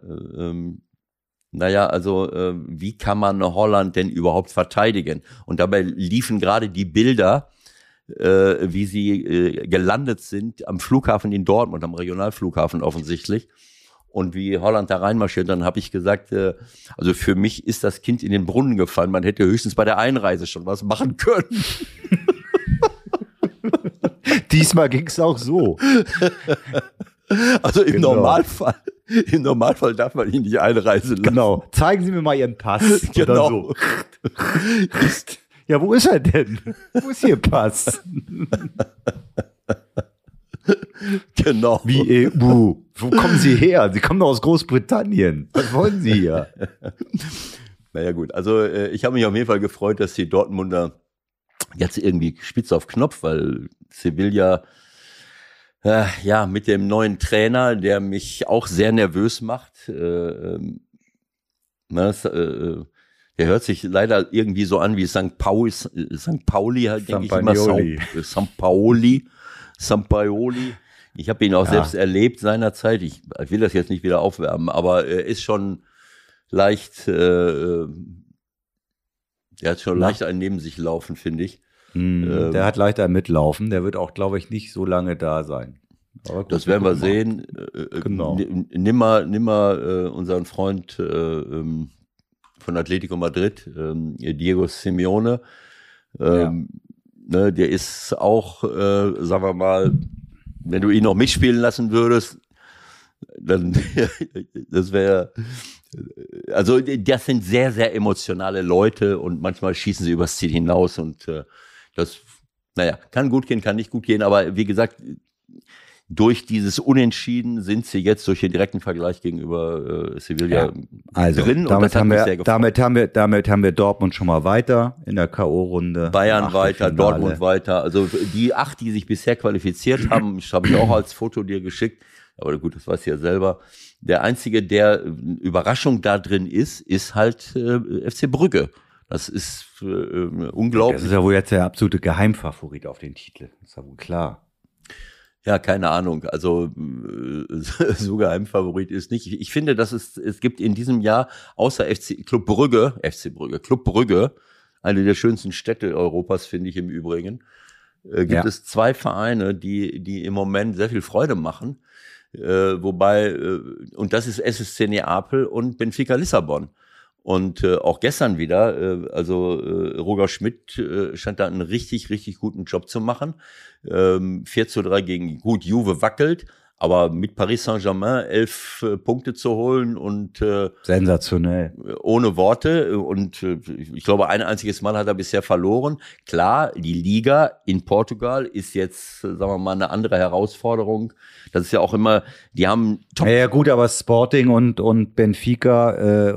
wie kann man Holland denn überhaupt verteidigen? Und dabei liefen gerade die Bilder, wie sie gelandet sind am Flughafen in Dortmund, am Regionalflughafen offensichtlich, und wie Holland da reinmarschiert. Dann habe ich gesagt, also für mich ist das Kind in den Brunnen gefallen. Man hätte höchstens bei der Einreise schon was machen können. Diesmal ging es auch so. Also im Normalfall darf man ihn nicht einreisen lassen. Genau. Zeigen Sie mir mal Ihren Pass. Genau. So. Ja, wo ist er denn? Wo ist Ihr Pass? Genau. Wie EU? Wo kommen Sie her? Sie kommen doch aus Großbritannien. Was wollen Sie hier? Naja gut, also ich habe mich auf jeden Fall gefreut, dass die Dortmunder jetzt irgendwie spitz auf Knopf, weil Sevilla mit dem neuen Trainer, der mich auch sehr nervös macht, der hört sich leider irgendwie so an wie St. Pauli halt, denke ich immer. Sampaoli. Ich habe ihn auch selbst erlebt seinerzeit. Ich will das jetzt nicht wieder aufwärmen, aber er ist schon leicht, er hat schon leicht einen neben sich laufen, finde ich. Der hat leicht ein Mitlaufen. Der wird auch, glaube ich, nicht so lange da sein. Aber gut, das werden wir sehen. Genau. Nimm mal unseren Freund von Atletico Madrid, Diego Simeone. Der ist auch, sagen wir mal, wenn du ihn noch mitspielen lassen würdest, dann das wäre, also das sind sehr, sehr emotionale Leute und manchmal schießen sie übers Ziel hinaus und das, kann gut gehen, kann nicht gut gehen, aber wie gesagt, durch dieses Unentschieden sind sie jetzt durch den direkten Vergleich gegenüber Sevilla drin. Damit haben wir Dortmund schon mal weiter in der K.O.-Runde. Bayern weiter, Dortmund weiter. Also die 8, die sich bisher qualifiziert haben, habe ich auch als Foto dir geschickt. Aber gut, das weißt du ja selber. Der einzige, der Überraschung da drin ist halt FC Brügge. Das ist unglaublich. Das ist ja wohl jetzt der absolute Geheimfavorit auf den Titel. Das ist ja wohl klar. Ja, keine Ahnung. Also so Geheimfavorit ist nicht. Ich finde, dass es gibt in diesem Jahr außer Club Brügge, eine der schönsten Städte Europas, finde ich im Übrigen, gibt es 2 Vereine, die im Moment sehr viel Freude machen. Wobei, und das ist SSC Neapel und Benfica Lissabon. Und auch gestern wieder, Roger Schmidt scheint da einen richtig, richtig guten Job zu machen. 4:3 gegen Juve wackelt, aber mit Paris Saint-Germain 11 Punkte zu holen und sensationell. Ohne Worte. Und ich glaube, ein einziges Mal hat er bisher verloren. Klar, die Liga in Portugal ist jetzt, sagen wir mal, eine andere Herausforderung. Das ist ja auch immer, die haben top. Ja gut, aber Sporting und Benfica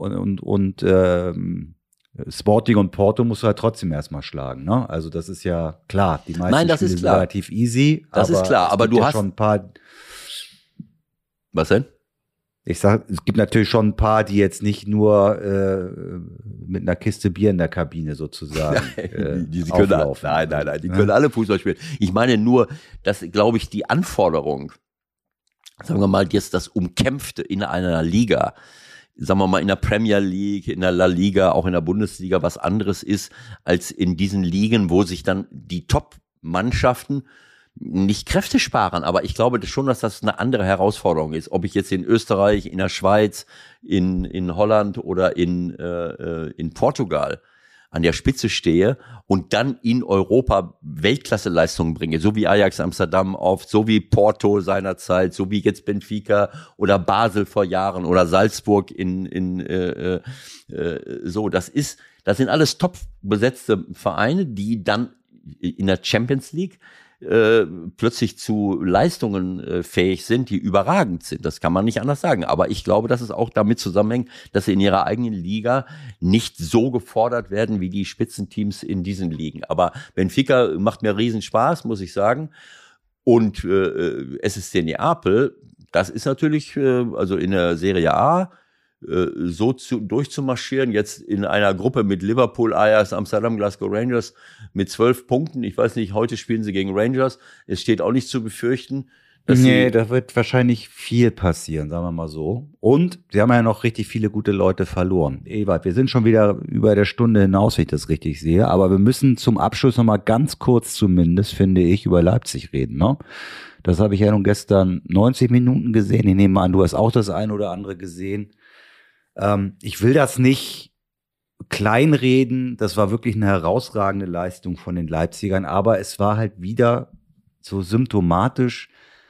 Sporting und Porto musst du halt trotzdem erstmal schlagen, ne? Also das ist ja klar. Die meisten Spiele sind relativ easy. Das ist klar, aber du hast schon ein paar. Was denn? Ich sag, es gibt natürlich schon ein paar, die jetzt nicht nur mit einer Kiste Bier in der Kabine sozusagen die können nein, die können alle Fußball spielen. Ich meine nur, dass, glaube ich, die Anforderung, sagen wir mal, jetzt das Umkämpfte in einer Liga, sagen wir mal in der Premier League, in der La Liga, auch in der Bundesliga was anderes ist, als in diesen Ligen, wo sich dann die Top-Mannschaften nicht Kräfte sparen, aber ich glaube schon, dass das eine andere Herausforderung ist. Ob ich jetzt in Österreich, in der Schweiz, in Holland oder in Portugal an der Spitze stehe und dann in Europa Weltklasse-Leistungen bringe, so wie Ajax Amsterdam oft, so wie Porto seinerzeit, so wie jetzt Benfica oder Basel vor Jahren oder Salzburg so. Das sind alles top besetzte Vereine, die dann in der Champions League plötzlich zu Leistungen fähig sind, die überragend sind. Das kann man nicht anders sagen. Aber ich glaube, dass es auch damit zusammenhängt, dass sie in ihrer eigenen Liga nicht so gefordert werden wie die Spitzenteams in diesen Ligen. Aber Benfica macht mir riesen Spaß, muss ich sagen. Und SSC Neapel das ist natürlich, also in der Serie A, so durchzumarschieren, jetzt in einer Gruppe mit Liverpool, Ajax, Amsterdam, Glasgow Rangers mit 12 Punkten. Ich weiß nicht, heute spielen sie gegen Rangers. Es steht auch nicht zu befürchten. Nee, da wird wahrscheinlich viel passieren, sagen wir mal so. Und sie haben ja noch richtig viele gute Leute verloren. Ewald, wir sind schon wieder über der Stunde hinaus, wenn ich das richtig sehe. Aber wir müssen zum Abschluss noch mal ganz kurz zumindest, finde ich, über Leipzig reden. Ne? Das habe ich ja nun gestern 90 Minuten gesehen. Ich nehme an, du hast auch das ein oder andere gesehen. Ich will das nicht kleinreden. Das war wirklich eine herausragende Leistung von den Leipzigern. Aber es war halt wieder so symptomatisch.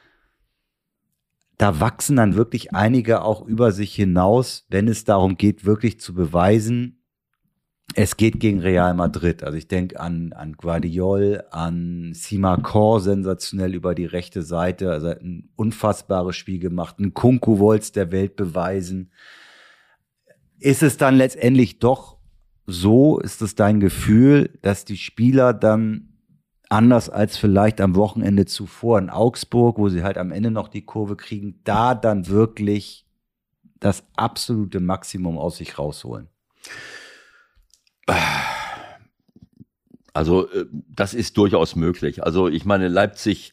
Da wachsen dann wirklich einige auch über sich hinaus, wenn es darum geht, wirklich zu beweisen, es geht gegen Real Madrid. Also ich denke an Guardiol, an Simakor, sensationell über die rechte Seite. Also hat ein unfassbares Spiel gemacht. Ein Nkunku wollte es der Welt beweisen. Ist es dann letztendlich doch so, ist es dein Gefühl, dass die Spieler dann anders als vielleicht am Wochenende zuvor in Augsburg, wo sie halt am Ende noch die Kurve kriegen, da dann wirklich das absolute Maximum aus sich rausholen? Also das ist durchaus möglich. Also ich meine, Leipzig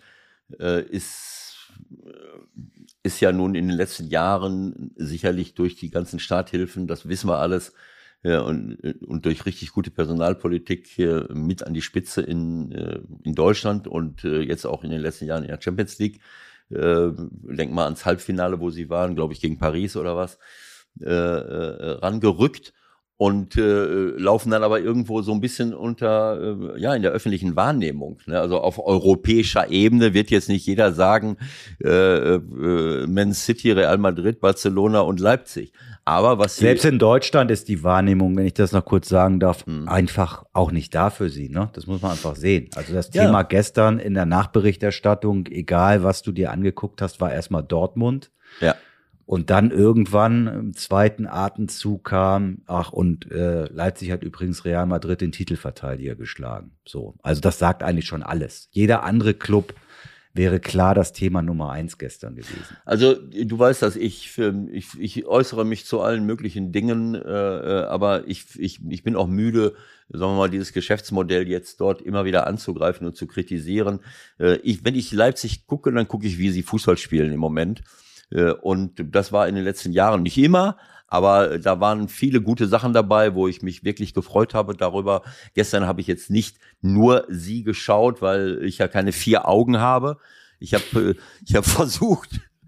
ist ja nun in den letzten Jahren sicherlich durch die ganzen Starthilfen, das wissen wir alles, und durch richtig gute Personalpolitik mit an die Spitze in Deutschland und jetzt auch in den letzten Jahren in der Champions League. Denk mal ans Halbfinale, wo sie waren, glaube ich, gegen Paris oder was, rangerückt. Und laufen dann aber irgendwo so ein bisschen unter, in der öffentlichen Wahrnehmung. Ne? Also auf europäischer Ebene wird jetzt nicht jeder sagen, Man City, Real Madrid, Barcelona und Leipzig. Aber was selbst in Deutschland ist die Wahrnehmung, wenn ich das noch kurz sagen darf, einfach auch nicht da für sie. Ne? Das muss man einfach sehen. Also das Thema gestern in der Nachberichterstattung, egal was du dir angeguckt hast, war erstmal Dortmund. Ja. Und dann irgendwann im zweiten Atemzug kam, Leipzig hat übrigens Real Madrid den Titelverteidiger geschlagen. So, also das sagt eigentlich schon alles. Jeder andere Club wäre klar das Thema Nummer 1 gestern gewesen. Also du weißt, dass ich äußere mich zu allen möglichen Dingen, aber ich bin auch müde, sagen wir mal, dieses Geschäftsmodell jetzt dort immer wieder anzugreifen und zu kritisieren. Wenn ich Leipzig gucke, dann gucke ich, wie sie Fußball spielen im Moment. Und das war in den letzten Jahren nicht immer, aber da waren viele gute Sachen dabei, wo ich mich wirklich gefreut habe darüber. Gestern habe ich jetzt nicht nur sie geschaut, weil ich ja keine 4 Augen habe. Ich habe versucht.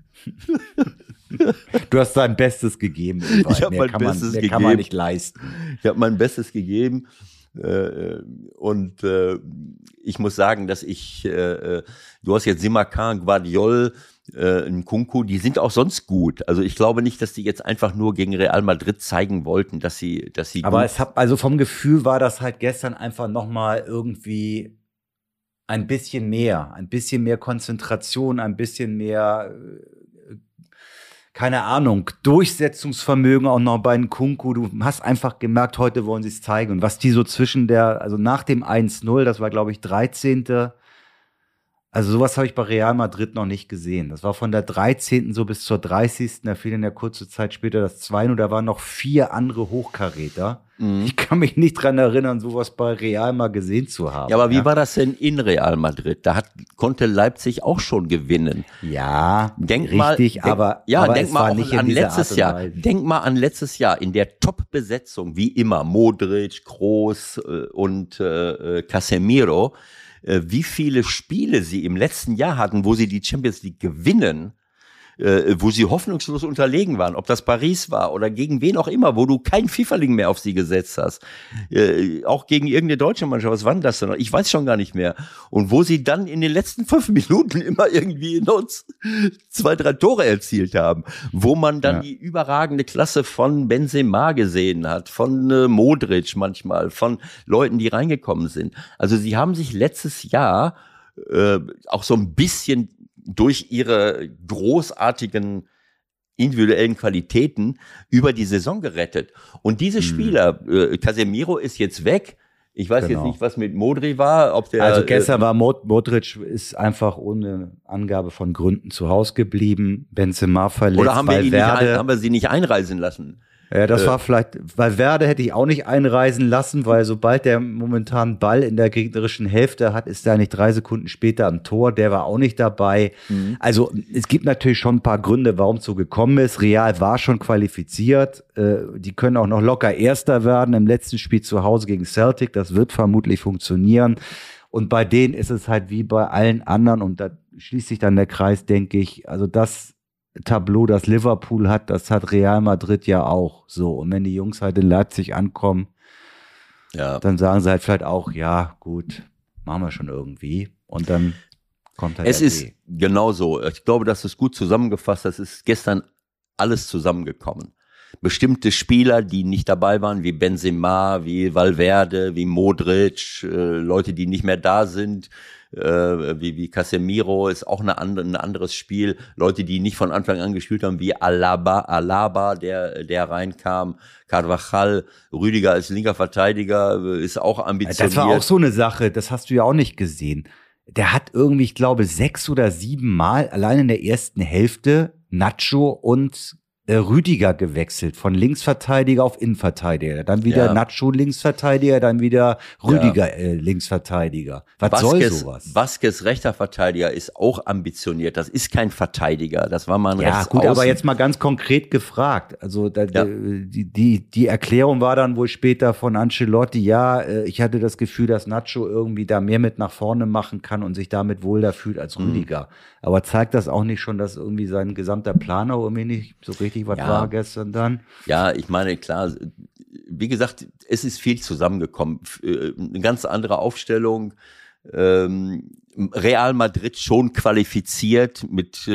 Du hast dein Bestes gegeben. Ich habe mein Bestes gegeben. Kann man nicht leisten. Ich habe mein Bestes gegeben. Und ich muss sagen, dass du hast jetzt Simakar, Guardiol, Nkunku, die sind auch sonst gut. Also ich glaube nicht, dass die jetzt einfach nur gegen Real Madrid zeigen wollten, dass sie aber also vom Gefühl war das halt gestern einfach nochmal irgendwie ein bisschen mehr Konzentration, ein bisschen mehr, keine Ahnung, Durchsetzungsvermögen auch noch bei Nkunku. Du hast einfach gemerkt, heute wollen sie es zeigen. Und was die so also nach dem 1-0, das war glaube ich 13. Also sowas habe ich bei Real Madrid noch nicht gesehen. Das war von der 13. so bis zur 30. Da fiel dann ja kurze Zeit später das 2-0. Da waren noch 4 andere Hochkaräter. Ich kann mich nicht dran erinnern, sowas bei Real mal gesehen zu haben. Ja, aber wie war das denn in Real Madrid? Da konnte Leipzig auch schon gewinnen. Ja, aber denk mal auch an letztes Jahr. Denk mal an letztes Jahr in der Top-Besetzung, wie immer, Modric, Kroos und Casemiro. Wie viele Spiele sie im letzten Jahr hatten, wo sie die Champions League gewinnen, wo sie hoffnungslos unterlegen waren, ob das Paris war oder gegen wen auch immer, wo du kein Pfifferling mehr auf sie gesetzt hast. Auch gegen irgendeine deutsche Mannschaft, was war denn das denn? Ich weiß schon gar nicht mehr. Und wo sie dann in den letzten 5 Minuten immer irgendwie in uns 2, 3 Tore erzielt haben, wo man dann die überragende Klasse von Benzema gesehen hat, von Modric manchmal, von Leuten, die reingekommen sind. Also sie haben sich letztes Jahr auch so ein bisschen durch ihre großartigen individuellen Qualitäten über die Saison gerettet. Und diese Spieler, Casemiro ist jetzt weg, Ich weiß jetzt nicht, was mit Modric war. Ob der, also gestern war Modric ist einfach ohne Angabe von Gründen zu Hause geblieben. Benzema verletzt. Oder haben wir sie nicht einreisen lassen? Ja, das war vielleicht, Valverde hätte ich auch nicht einreisen lassen, weil sobald der momentan Ball in der gegnerischen Hälfte hat, ist er nicht 3 Sekunden später am Tor. Der war auch nicht dabei. Also es gibt natürlich schon ein paar Gründe, warum es so gekommen ist. Real war schon qualifiziert. Die können auch noch locker Erster werden im letzten Spiel zu Hause gegen Celtic. Das wird vermutlich funktionieren. Und bei denen ist es halt wie bei allen anderen, und da schließt sich dann der Kreis, denke ich, also das Tableau, das Liverpool hat, das hat Real Madrid ja auch so. Und wenn die Jungs halt in Leipzig ankommen, dann sagen sie halt vielleicht auch, ja, gut, machen wir schon irgendwie. Und dann kommt halt es ist genau so. Ich glaube, das ist gut zusammengefasst. Das ist gestern alles zusammengekommen. Bestimmte Spieler, die nicht dabei waren, wie Benzema, wie Valverde, wie Modric, Leute, die nicht mehr da sind, wie Casemiro, ist auch ein anderes Spiel. Leute, die nicht von Anfang an gespielt haben, wie Alaba, der reinkam, Carvajal, Rüdiger als linker Verteidiger, ist auch ambitioniert. Das war auch so eine Sache, das hast du ja auch nicht gesehen. Der hat irgendwie, ich glaube, 6 oder 7 Mal allein in der ersten Hälfte Nacho und Rüdiger gewechselt, von Linksverteidiger auf Innenverteidiger, dann wieder Nacho Linksverteidiger, dann wieder Rüdiger Linksverteidiger. Was soll sowas? Vasquez rechter Verteidiger ist auch ambitioniert, das ist kein Verteidiger, das war mal ein Rechtsaußen. Ja gut, aber jetzt mal ganz konkret gefragt, also die Erklärung war dann wohl später von Ancelotti, ich hatte das Gefühl, dass Nacho irgendwie da mehr mit nach vorne machen kann und sich damit wohler fühlt als Rüdiger. Aber zeigt das auch nicht schon, dass irgendwie sein gesamter Plan auch irgendwie nicht so richtig was war gestern dann? Ja, ich meine, klar, wie gesagt, es ist viel zusammengekommen. Eine ganz andere Aufstellung. Real Madrid schon qualifiziert,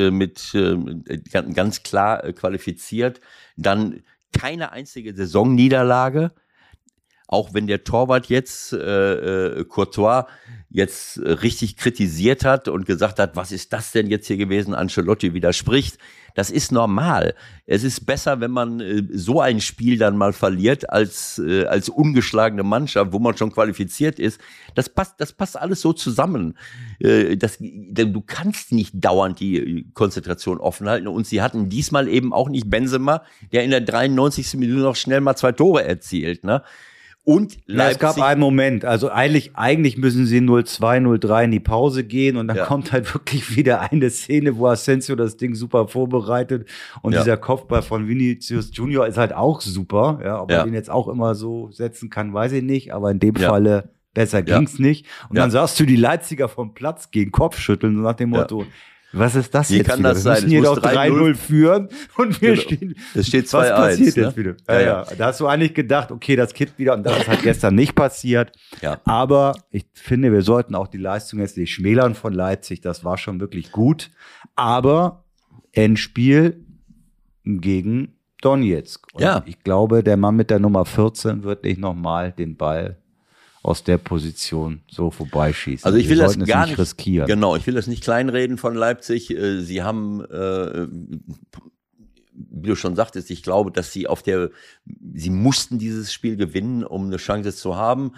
ganz klar qualifiziert. Dann keine einzige Saisonniederlage. Auch wenn der Torwart jetzt, Courtois, jetzt richtig kritisiert hat und gesagt hat, was ist das denn jetzt hier gewesen? Ancelotti widerspricht. Das ist normal. Es ist besser, wenn man so ein Spiel dann mal verliert, als ungeschlagene Mannschaft, wo man schon qualifiziert ist. Das passt alles so zusammen. Du kannst nicht dauernd die Konzentration offen halten. Und sie hatten diesmal eben auch nicht Benzema, der in der 93. Minute noch schnell mal 2 Tore erzielt, ne? Und Leipzig. Es gab einen Moment, also eigentlich müssen sie 0-2, 0-3 in die Pause gehen und dann kommt halt wirklich wieder eine Szene, wo Asensio das Ding super vorbereitet und dieser Kopfball von Vinicius Junior ist halt auch super, ob er den jetzt auch immer so setzen kann, weiß ich nicht, aber in dem Falle besser ging's nicht. Und dann sahst du die Leipziger vom Platz gegen Kopfschütteln, so nach dem Motto, was ist das jetzt kann wieder? Das wir müssen hier doch 3-0 führen und wir stehen. Es steht 2-1. Was passiert jetzt wieder? Ja. Da hast du eigentlich gedacht, okay, das kippt wieder und das ist halt gestern nicht passiert. Ja. Aber ich finde, wir sollten auch die Leistung jetzt nicht schmälern von Leipzig. Das war schon wirklich gut. Aber Endspiel gegen Donetsk. Und ich glaube, der Mann mit der Nummer 14 wird nicht nochmal den Ball aus der Position so vorbeischießen. Also ich will das gar nicht riskieren. Genau, ich will das nicht kleinreden von Leipzig. Sie haben, wie du schon sagtest, ich glaube, dass sie sie mussten dieses Spiel gewinnen, um eine Chance zu haben.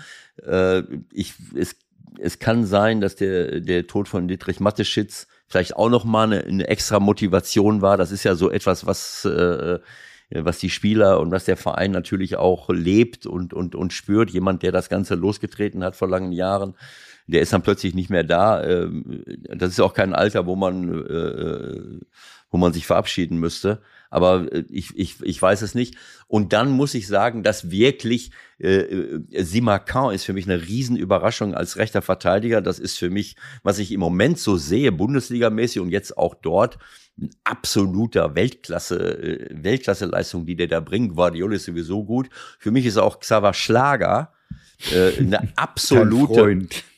Es kann sein, dass der Tod von Dietrich Mateschitz vielleicht auch nochmal eine extra Motivation war. Das ist ja so etwas, was die Spieler und was der Verein natürlich auch lebt und spürt. Jemand, der das Ganze losgetreten hat vor langen Jahren, der ist dann plötzlich nicht mehr da. Das ist auch kein Alter, wo man sich verabschieden müsste. Aber ich weiß es nicht. Und dann muss ich sagen, dass wirklich Simakan ist für mich eine Riesenüberraschung als rechter Verteidiger. Das ist für mich, was ich im Moment so sehe, Bundesligamäßig und jetzt auch dort, ein absoluter Weltklasse-Leistung, die der da bringt. Guardiola ist sowieso gut. Für mich ist auch Xaver Schlager eine absolute,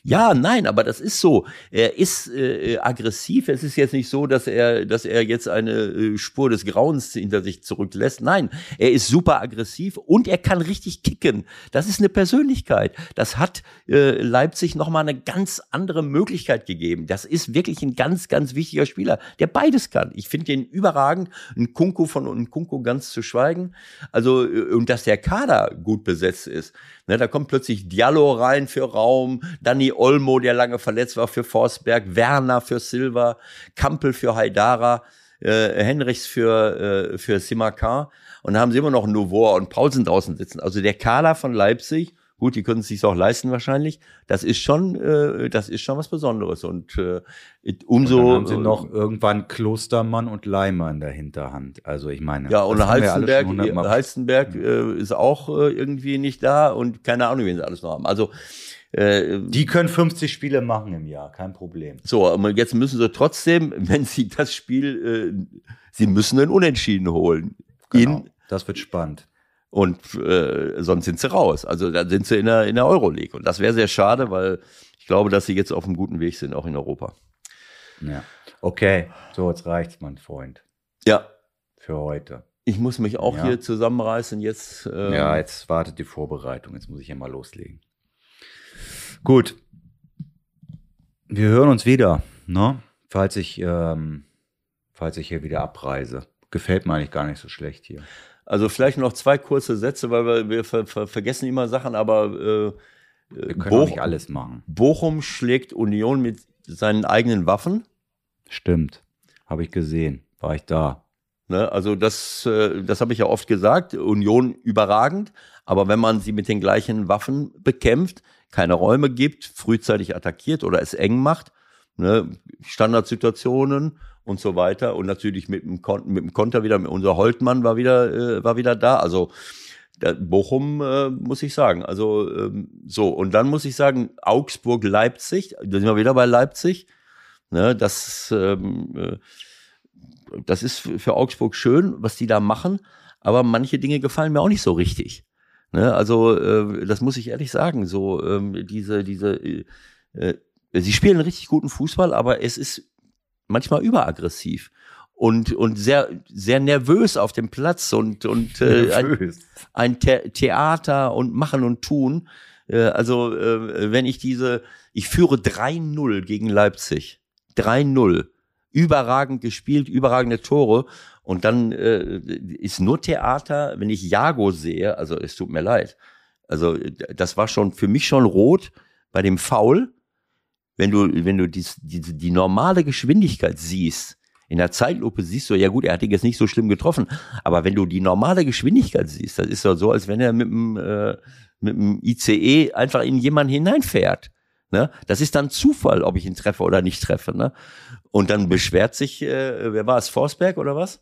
Ja, nein, aber das ist so. Er ist aggressiv. Es ist jetzt nicht so, dass er jetzt eine Spur des Grauens hinter sich zurücklässt. Nein, er ist super aggressiv und er kann richtig kicken. Das ist eine Persönlichkeit. Das hat Leipzig nochmal eine ganz andere Möglichkeit gegeben. Das ist wirklich ein ganz, ganz wichtiger Spieler, der beides kann. Ich finde den überragend. Nkunku ganz zu schweigen. Also, und dass der Kader gut besetzt ist. Ne, da kommt plötzlich Diallo rein für Raum, Dani Olmo, der lange verletzt war, für Forsberg, Werner für Silva, Kampel für Haidara, Henrichs für Simakan. Und da haben sie immer noch Nouveau und Paulsen draußen sitzen. Also der Kader von Leipzig, gut, die können es sich auch leisten wahrscheinlich. Das ist schon was Besonderes. Und umso. Und dann haben sie noch irgendwann Klostermann und Leimer in der Hinterhand. Also ich meine. Ja, und Halstenberg ist auch irgendwie nicht da und keine Ahnung, wen sie alles noch haben. Also die können 50 Spiele machen im Jahr, kein Problem. So, aber jetzt müssen sie trotzdem, wenn sie das Spiel, sie müssen einen Unentschieden holen. Genau, das wird spannend. Und sonst sind sie raus. Also dann sind sie in der Euroleague. Und das wäre sehr schade, weil ich glaube, dass sie jetzt auf einem guten Weg sind, auch in Europa. Ja. Okay, so jetzt reicht's, mein Freund. Ja. Für heute. Ich muss mich auch hier zusammenreißen. Jetzt. Jetzt wartet die Vorbereitung. Jetzt muss ich ja mal loslegen. Gut. Wir hören uns wieder, ne? Falls ich hier wieder abreise. Gefällt mir eigentlich gar nicht so schlecht hier. Also vielleicht noch 2 kurze Sätze, weil wir vergessen immer Sachen, aber wir können auch nicht alles machen. Bochum schlägt Union mit seinen eigenen Waffen. Stimmt, habe ich gesehen, war ich da. Ne, also das habe ich ja oft gesagt, Union überragend, aber wenn man sie mit den gleichen Waffen bekämpft, keine Räume gibt, frühzeitig attackiert oder es eng macht, ne, Standardsituationen und so weiter und natürlich mit dem Konter wieder, unser Holtmann war wieder da, also Bochum muss ich sagen, also so, und dann muss ich sagen, Augsburg-Leipzig, da sind wir wieder bei Leipzig, ne, das ist für Augsburg schön, was die da machen, aber manche Dinge gefallen mir auch nicht so richtig. Ne, also das muss ich ehrlich sagen, so sie spielen einen richtig guten Fußball, aber es ist manchmal überaggressiv und sehr sehr nervös auf dem Platz und ein Theater und machen und tun. Wenn ich führe 3-0 gegen Leipzig, 3-0, überragend gespielt, überragende Tore. Und dann ist nur Theater, wenn ich Jago sehe, also es tut mir leid. Also das war schon für mich schon rot bei dem Foul. Wenn du die normale Geschwindigkeit siehst, in der Zeitlupe siehst du, ja gut, er hat ihn jetzt nicht so schlimm getroffen, aber wenn du die normale Geschwindigkeit siehst, das ist doch so, als wenn er mit dem ICE einfach in jemanden hineinfährt. Ne? Das ist dann Zufall, ob ich ihn treffe oder nicht treffe. Ne? Und dann beschwert sich, wer war es, Forsberg oder was?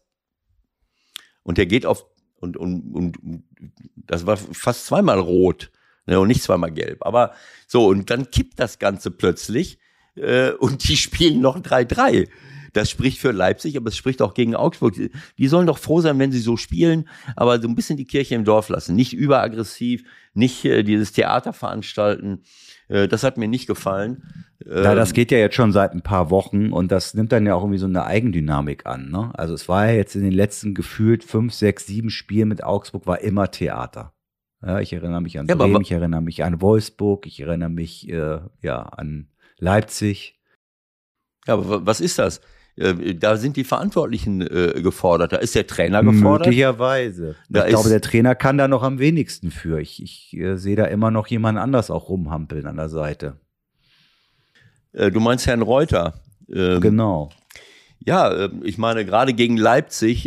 Und der geht auf, und das war fast zweimal rot, ne, und nicht zweimal gelb. Aber so, und dann kippt das Ganze plötzlich und die spielen noch 3-3. Das spricht für Leipzig, aber es spricht auch gegen Augsburg. Die sollen doch froh sein, wenn sie so spielen, aber so ein bisschen die Kirche im Dorf lassen. Nicht überaggressiv, nicht dieses Theater veranstalten. Das hat mir nicht gefallen. Ja, das geht ja jetzt schon seit ein paar Wochen und das nimmt dann ja auch irgendwie so eine Eigendynamik an. Ne? Also es war ja jetzt in den letzten gefühlt 5, 6, 7 Spielen mit Augsburg war immer Theater. Ja, ich erinnere mich an Bremen, ich erinnere mich an Wolfsburg, ich erinnere mich an Leipzig. Ja, aber was ist das? Da sind die Verantwortlichen gefordert. Da ist der Trainer gefordert. Möglicherweise. Ich glaube, der Trainer kann da noch am wenigsten für. Ich sehe da immer noch jemand anders auch rumhampeln an der Seite. Du meinst Herrn Reuter? Genau. Ja, ich meine, gerade gegen Leipzig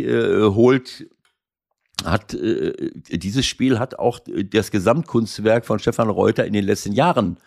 dieses Spiel hat auch das Gesamtkunstwerk von Stefan Reuter in den letzten Jahren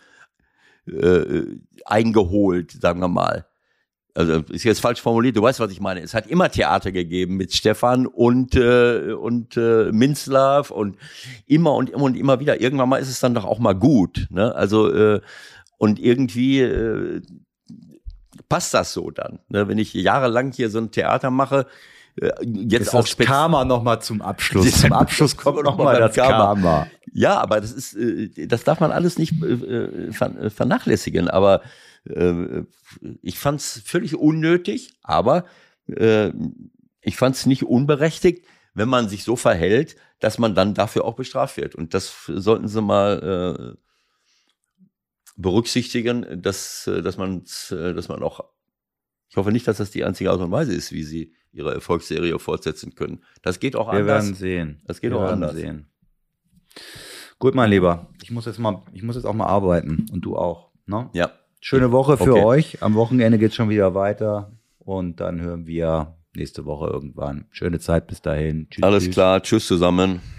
eingeholt, sagen wir mal. Also ist jetzt falsch formuliert, du weißt, was ich meine. Es hat immer Theater gegeben mit Stefan und Minzlaff und immer wieder. Irgendwann mal ist es dann doch auch mal gut. Ne? Also und irgendwie passt das so dann. Ne? Wenn ich jahrelang hier so ein Theater mache, jetzt ist auch das Karma nochmal zum Abschluss. Zum Abschluss kommt nochmal das Karma. Ja, aber das darf man alles nicht vernachlässigen. Aber ich fand es völlig unnötig, aber ich fand es nicht unberechtigt, wenn man sich so verhält, dass man dann dafür auch bestraft wird. Und das sollten Sie mal berücksichtigen, dass man auch, ich hoffe nicht, dass das die einzige Art und Weise ist, wie Sie Ihre Erfolgsserie fortsetzen können. Das geht auch anders. Wir werden sehen. Das geht auch anders. Gut, mein Lieber, ich muss jetzt auch mal arbeiten und du auch. Ne? Ja. Schöne Woche für euch. Am Wochenende geht es schon wieder weiter und dann hören wir nächste Woche irgendwann. Schöne Zeit bis dahin. Tschüss. Alles klar. Tschüss zusammen.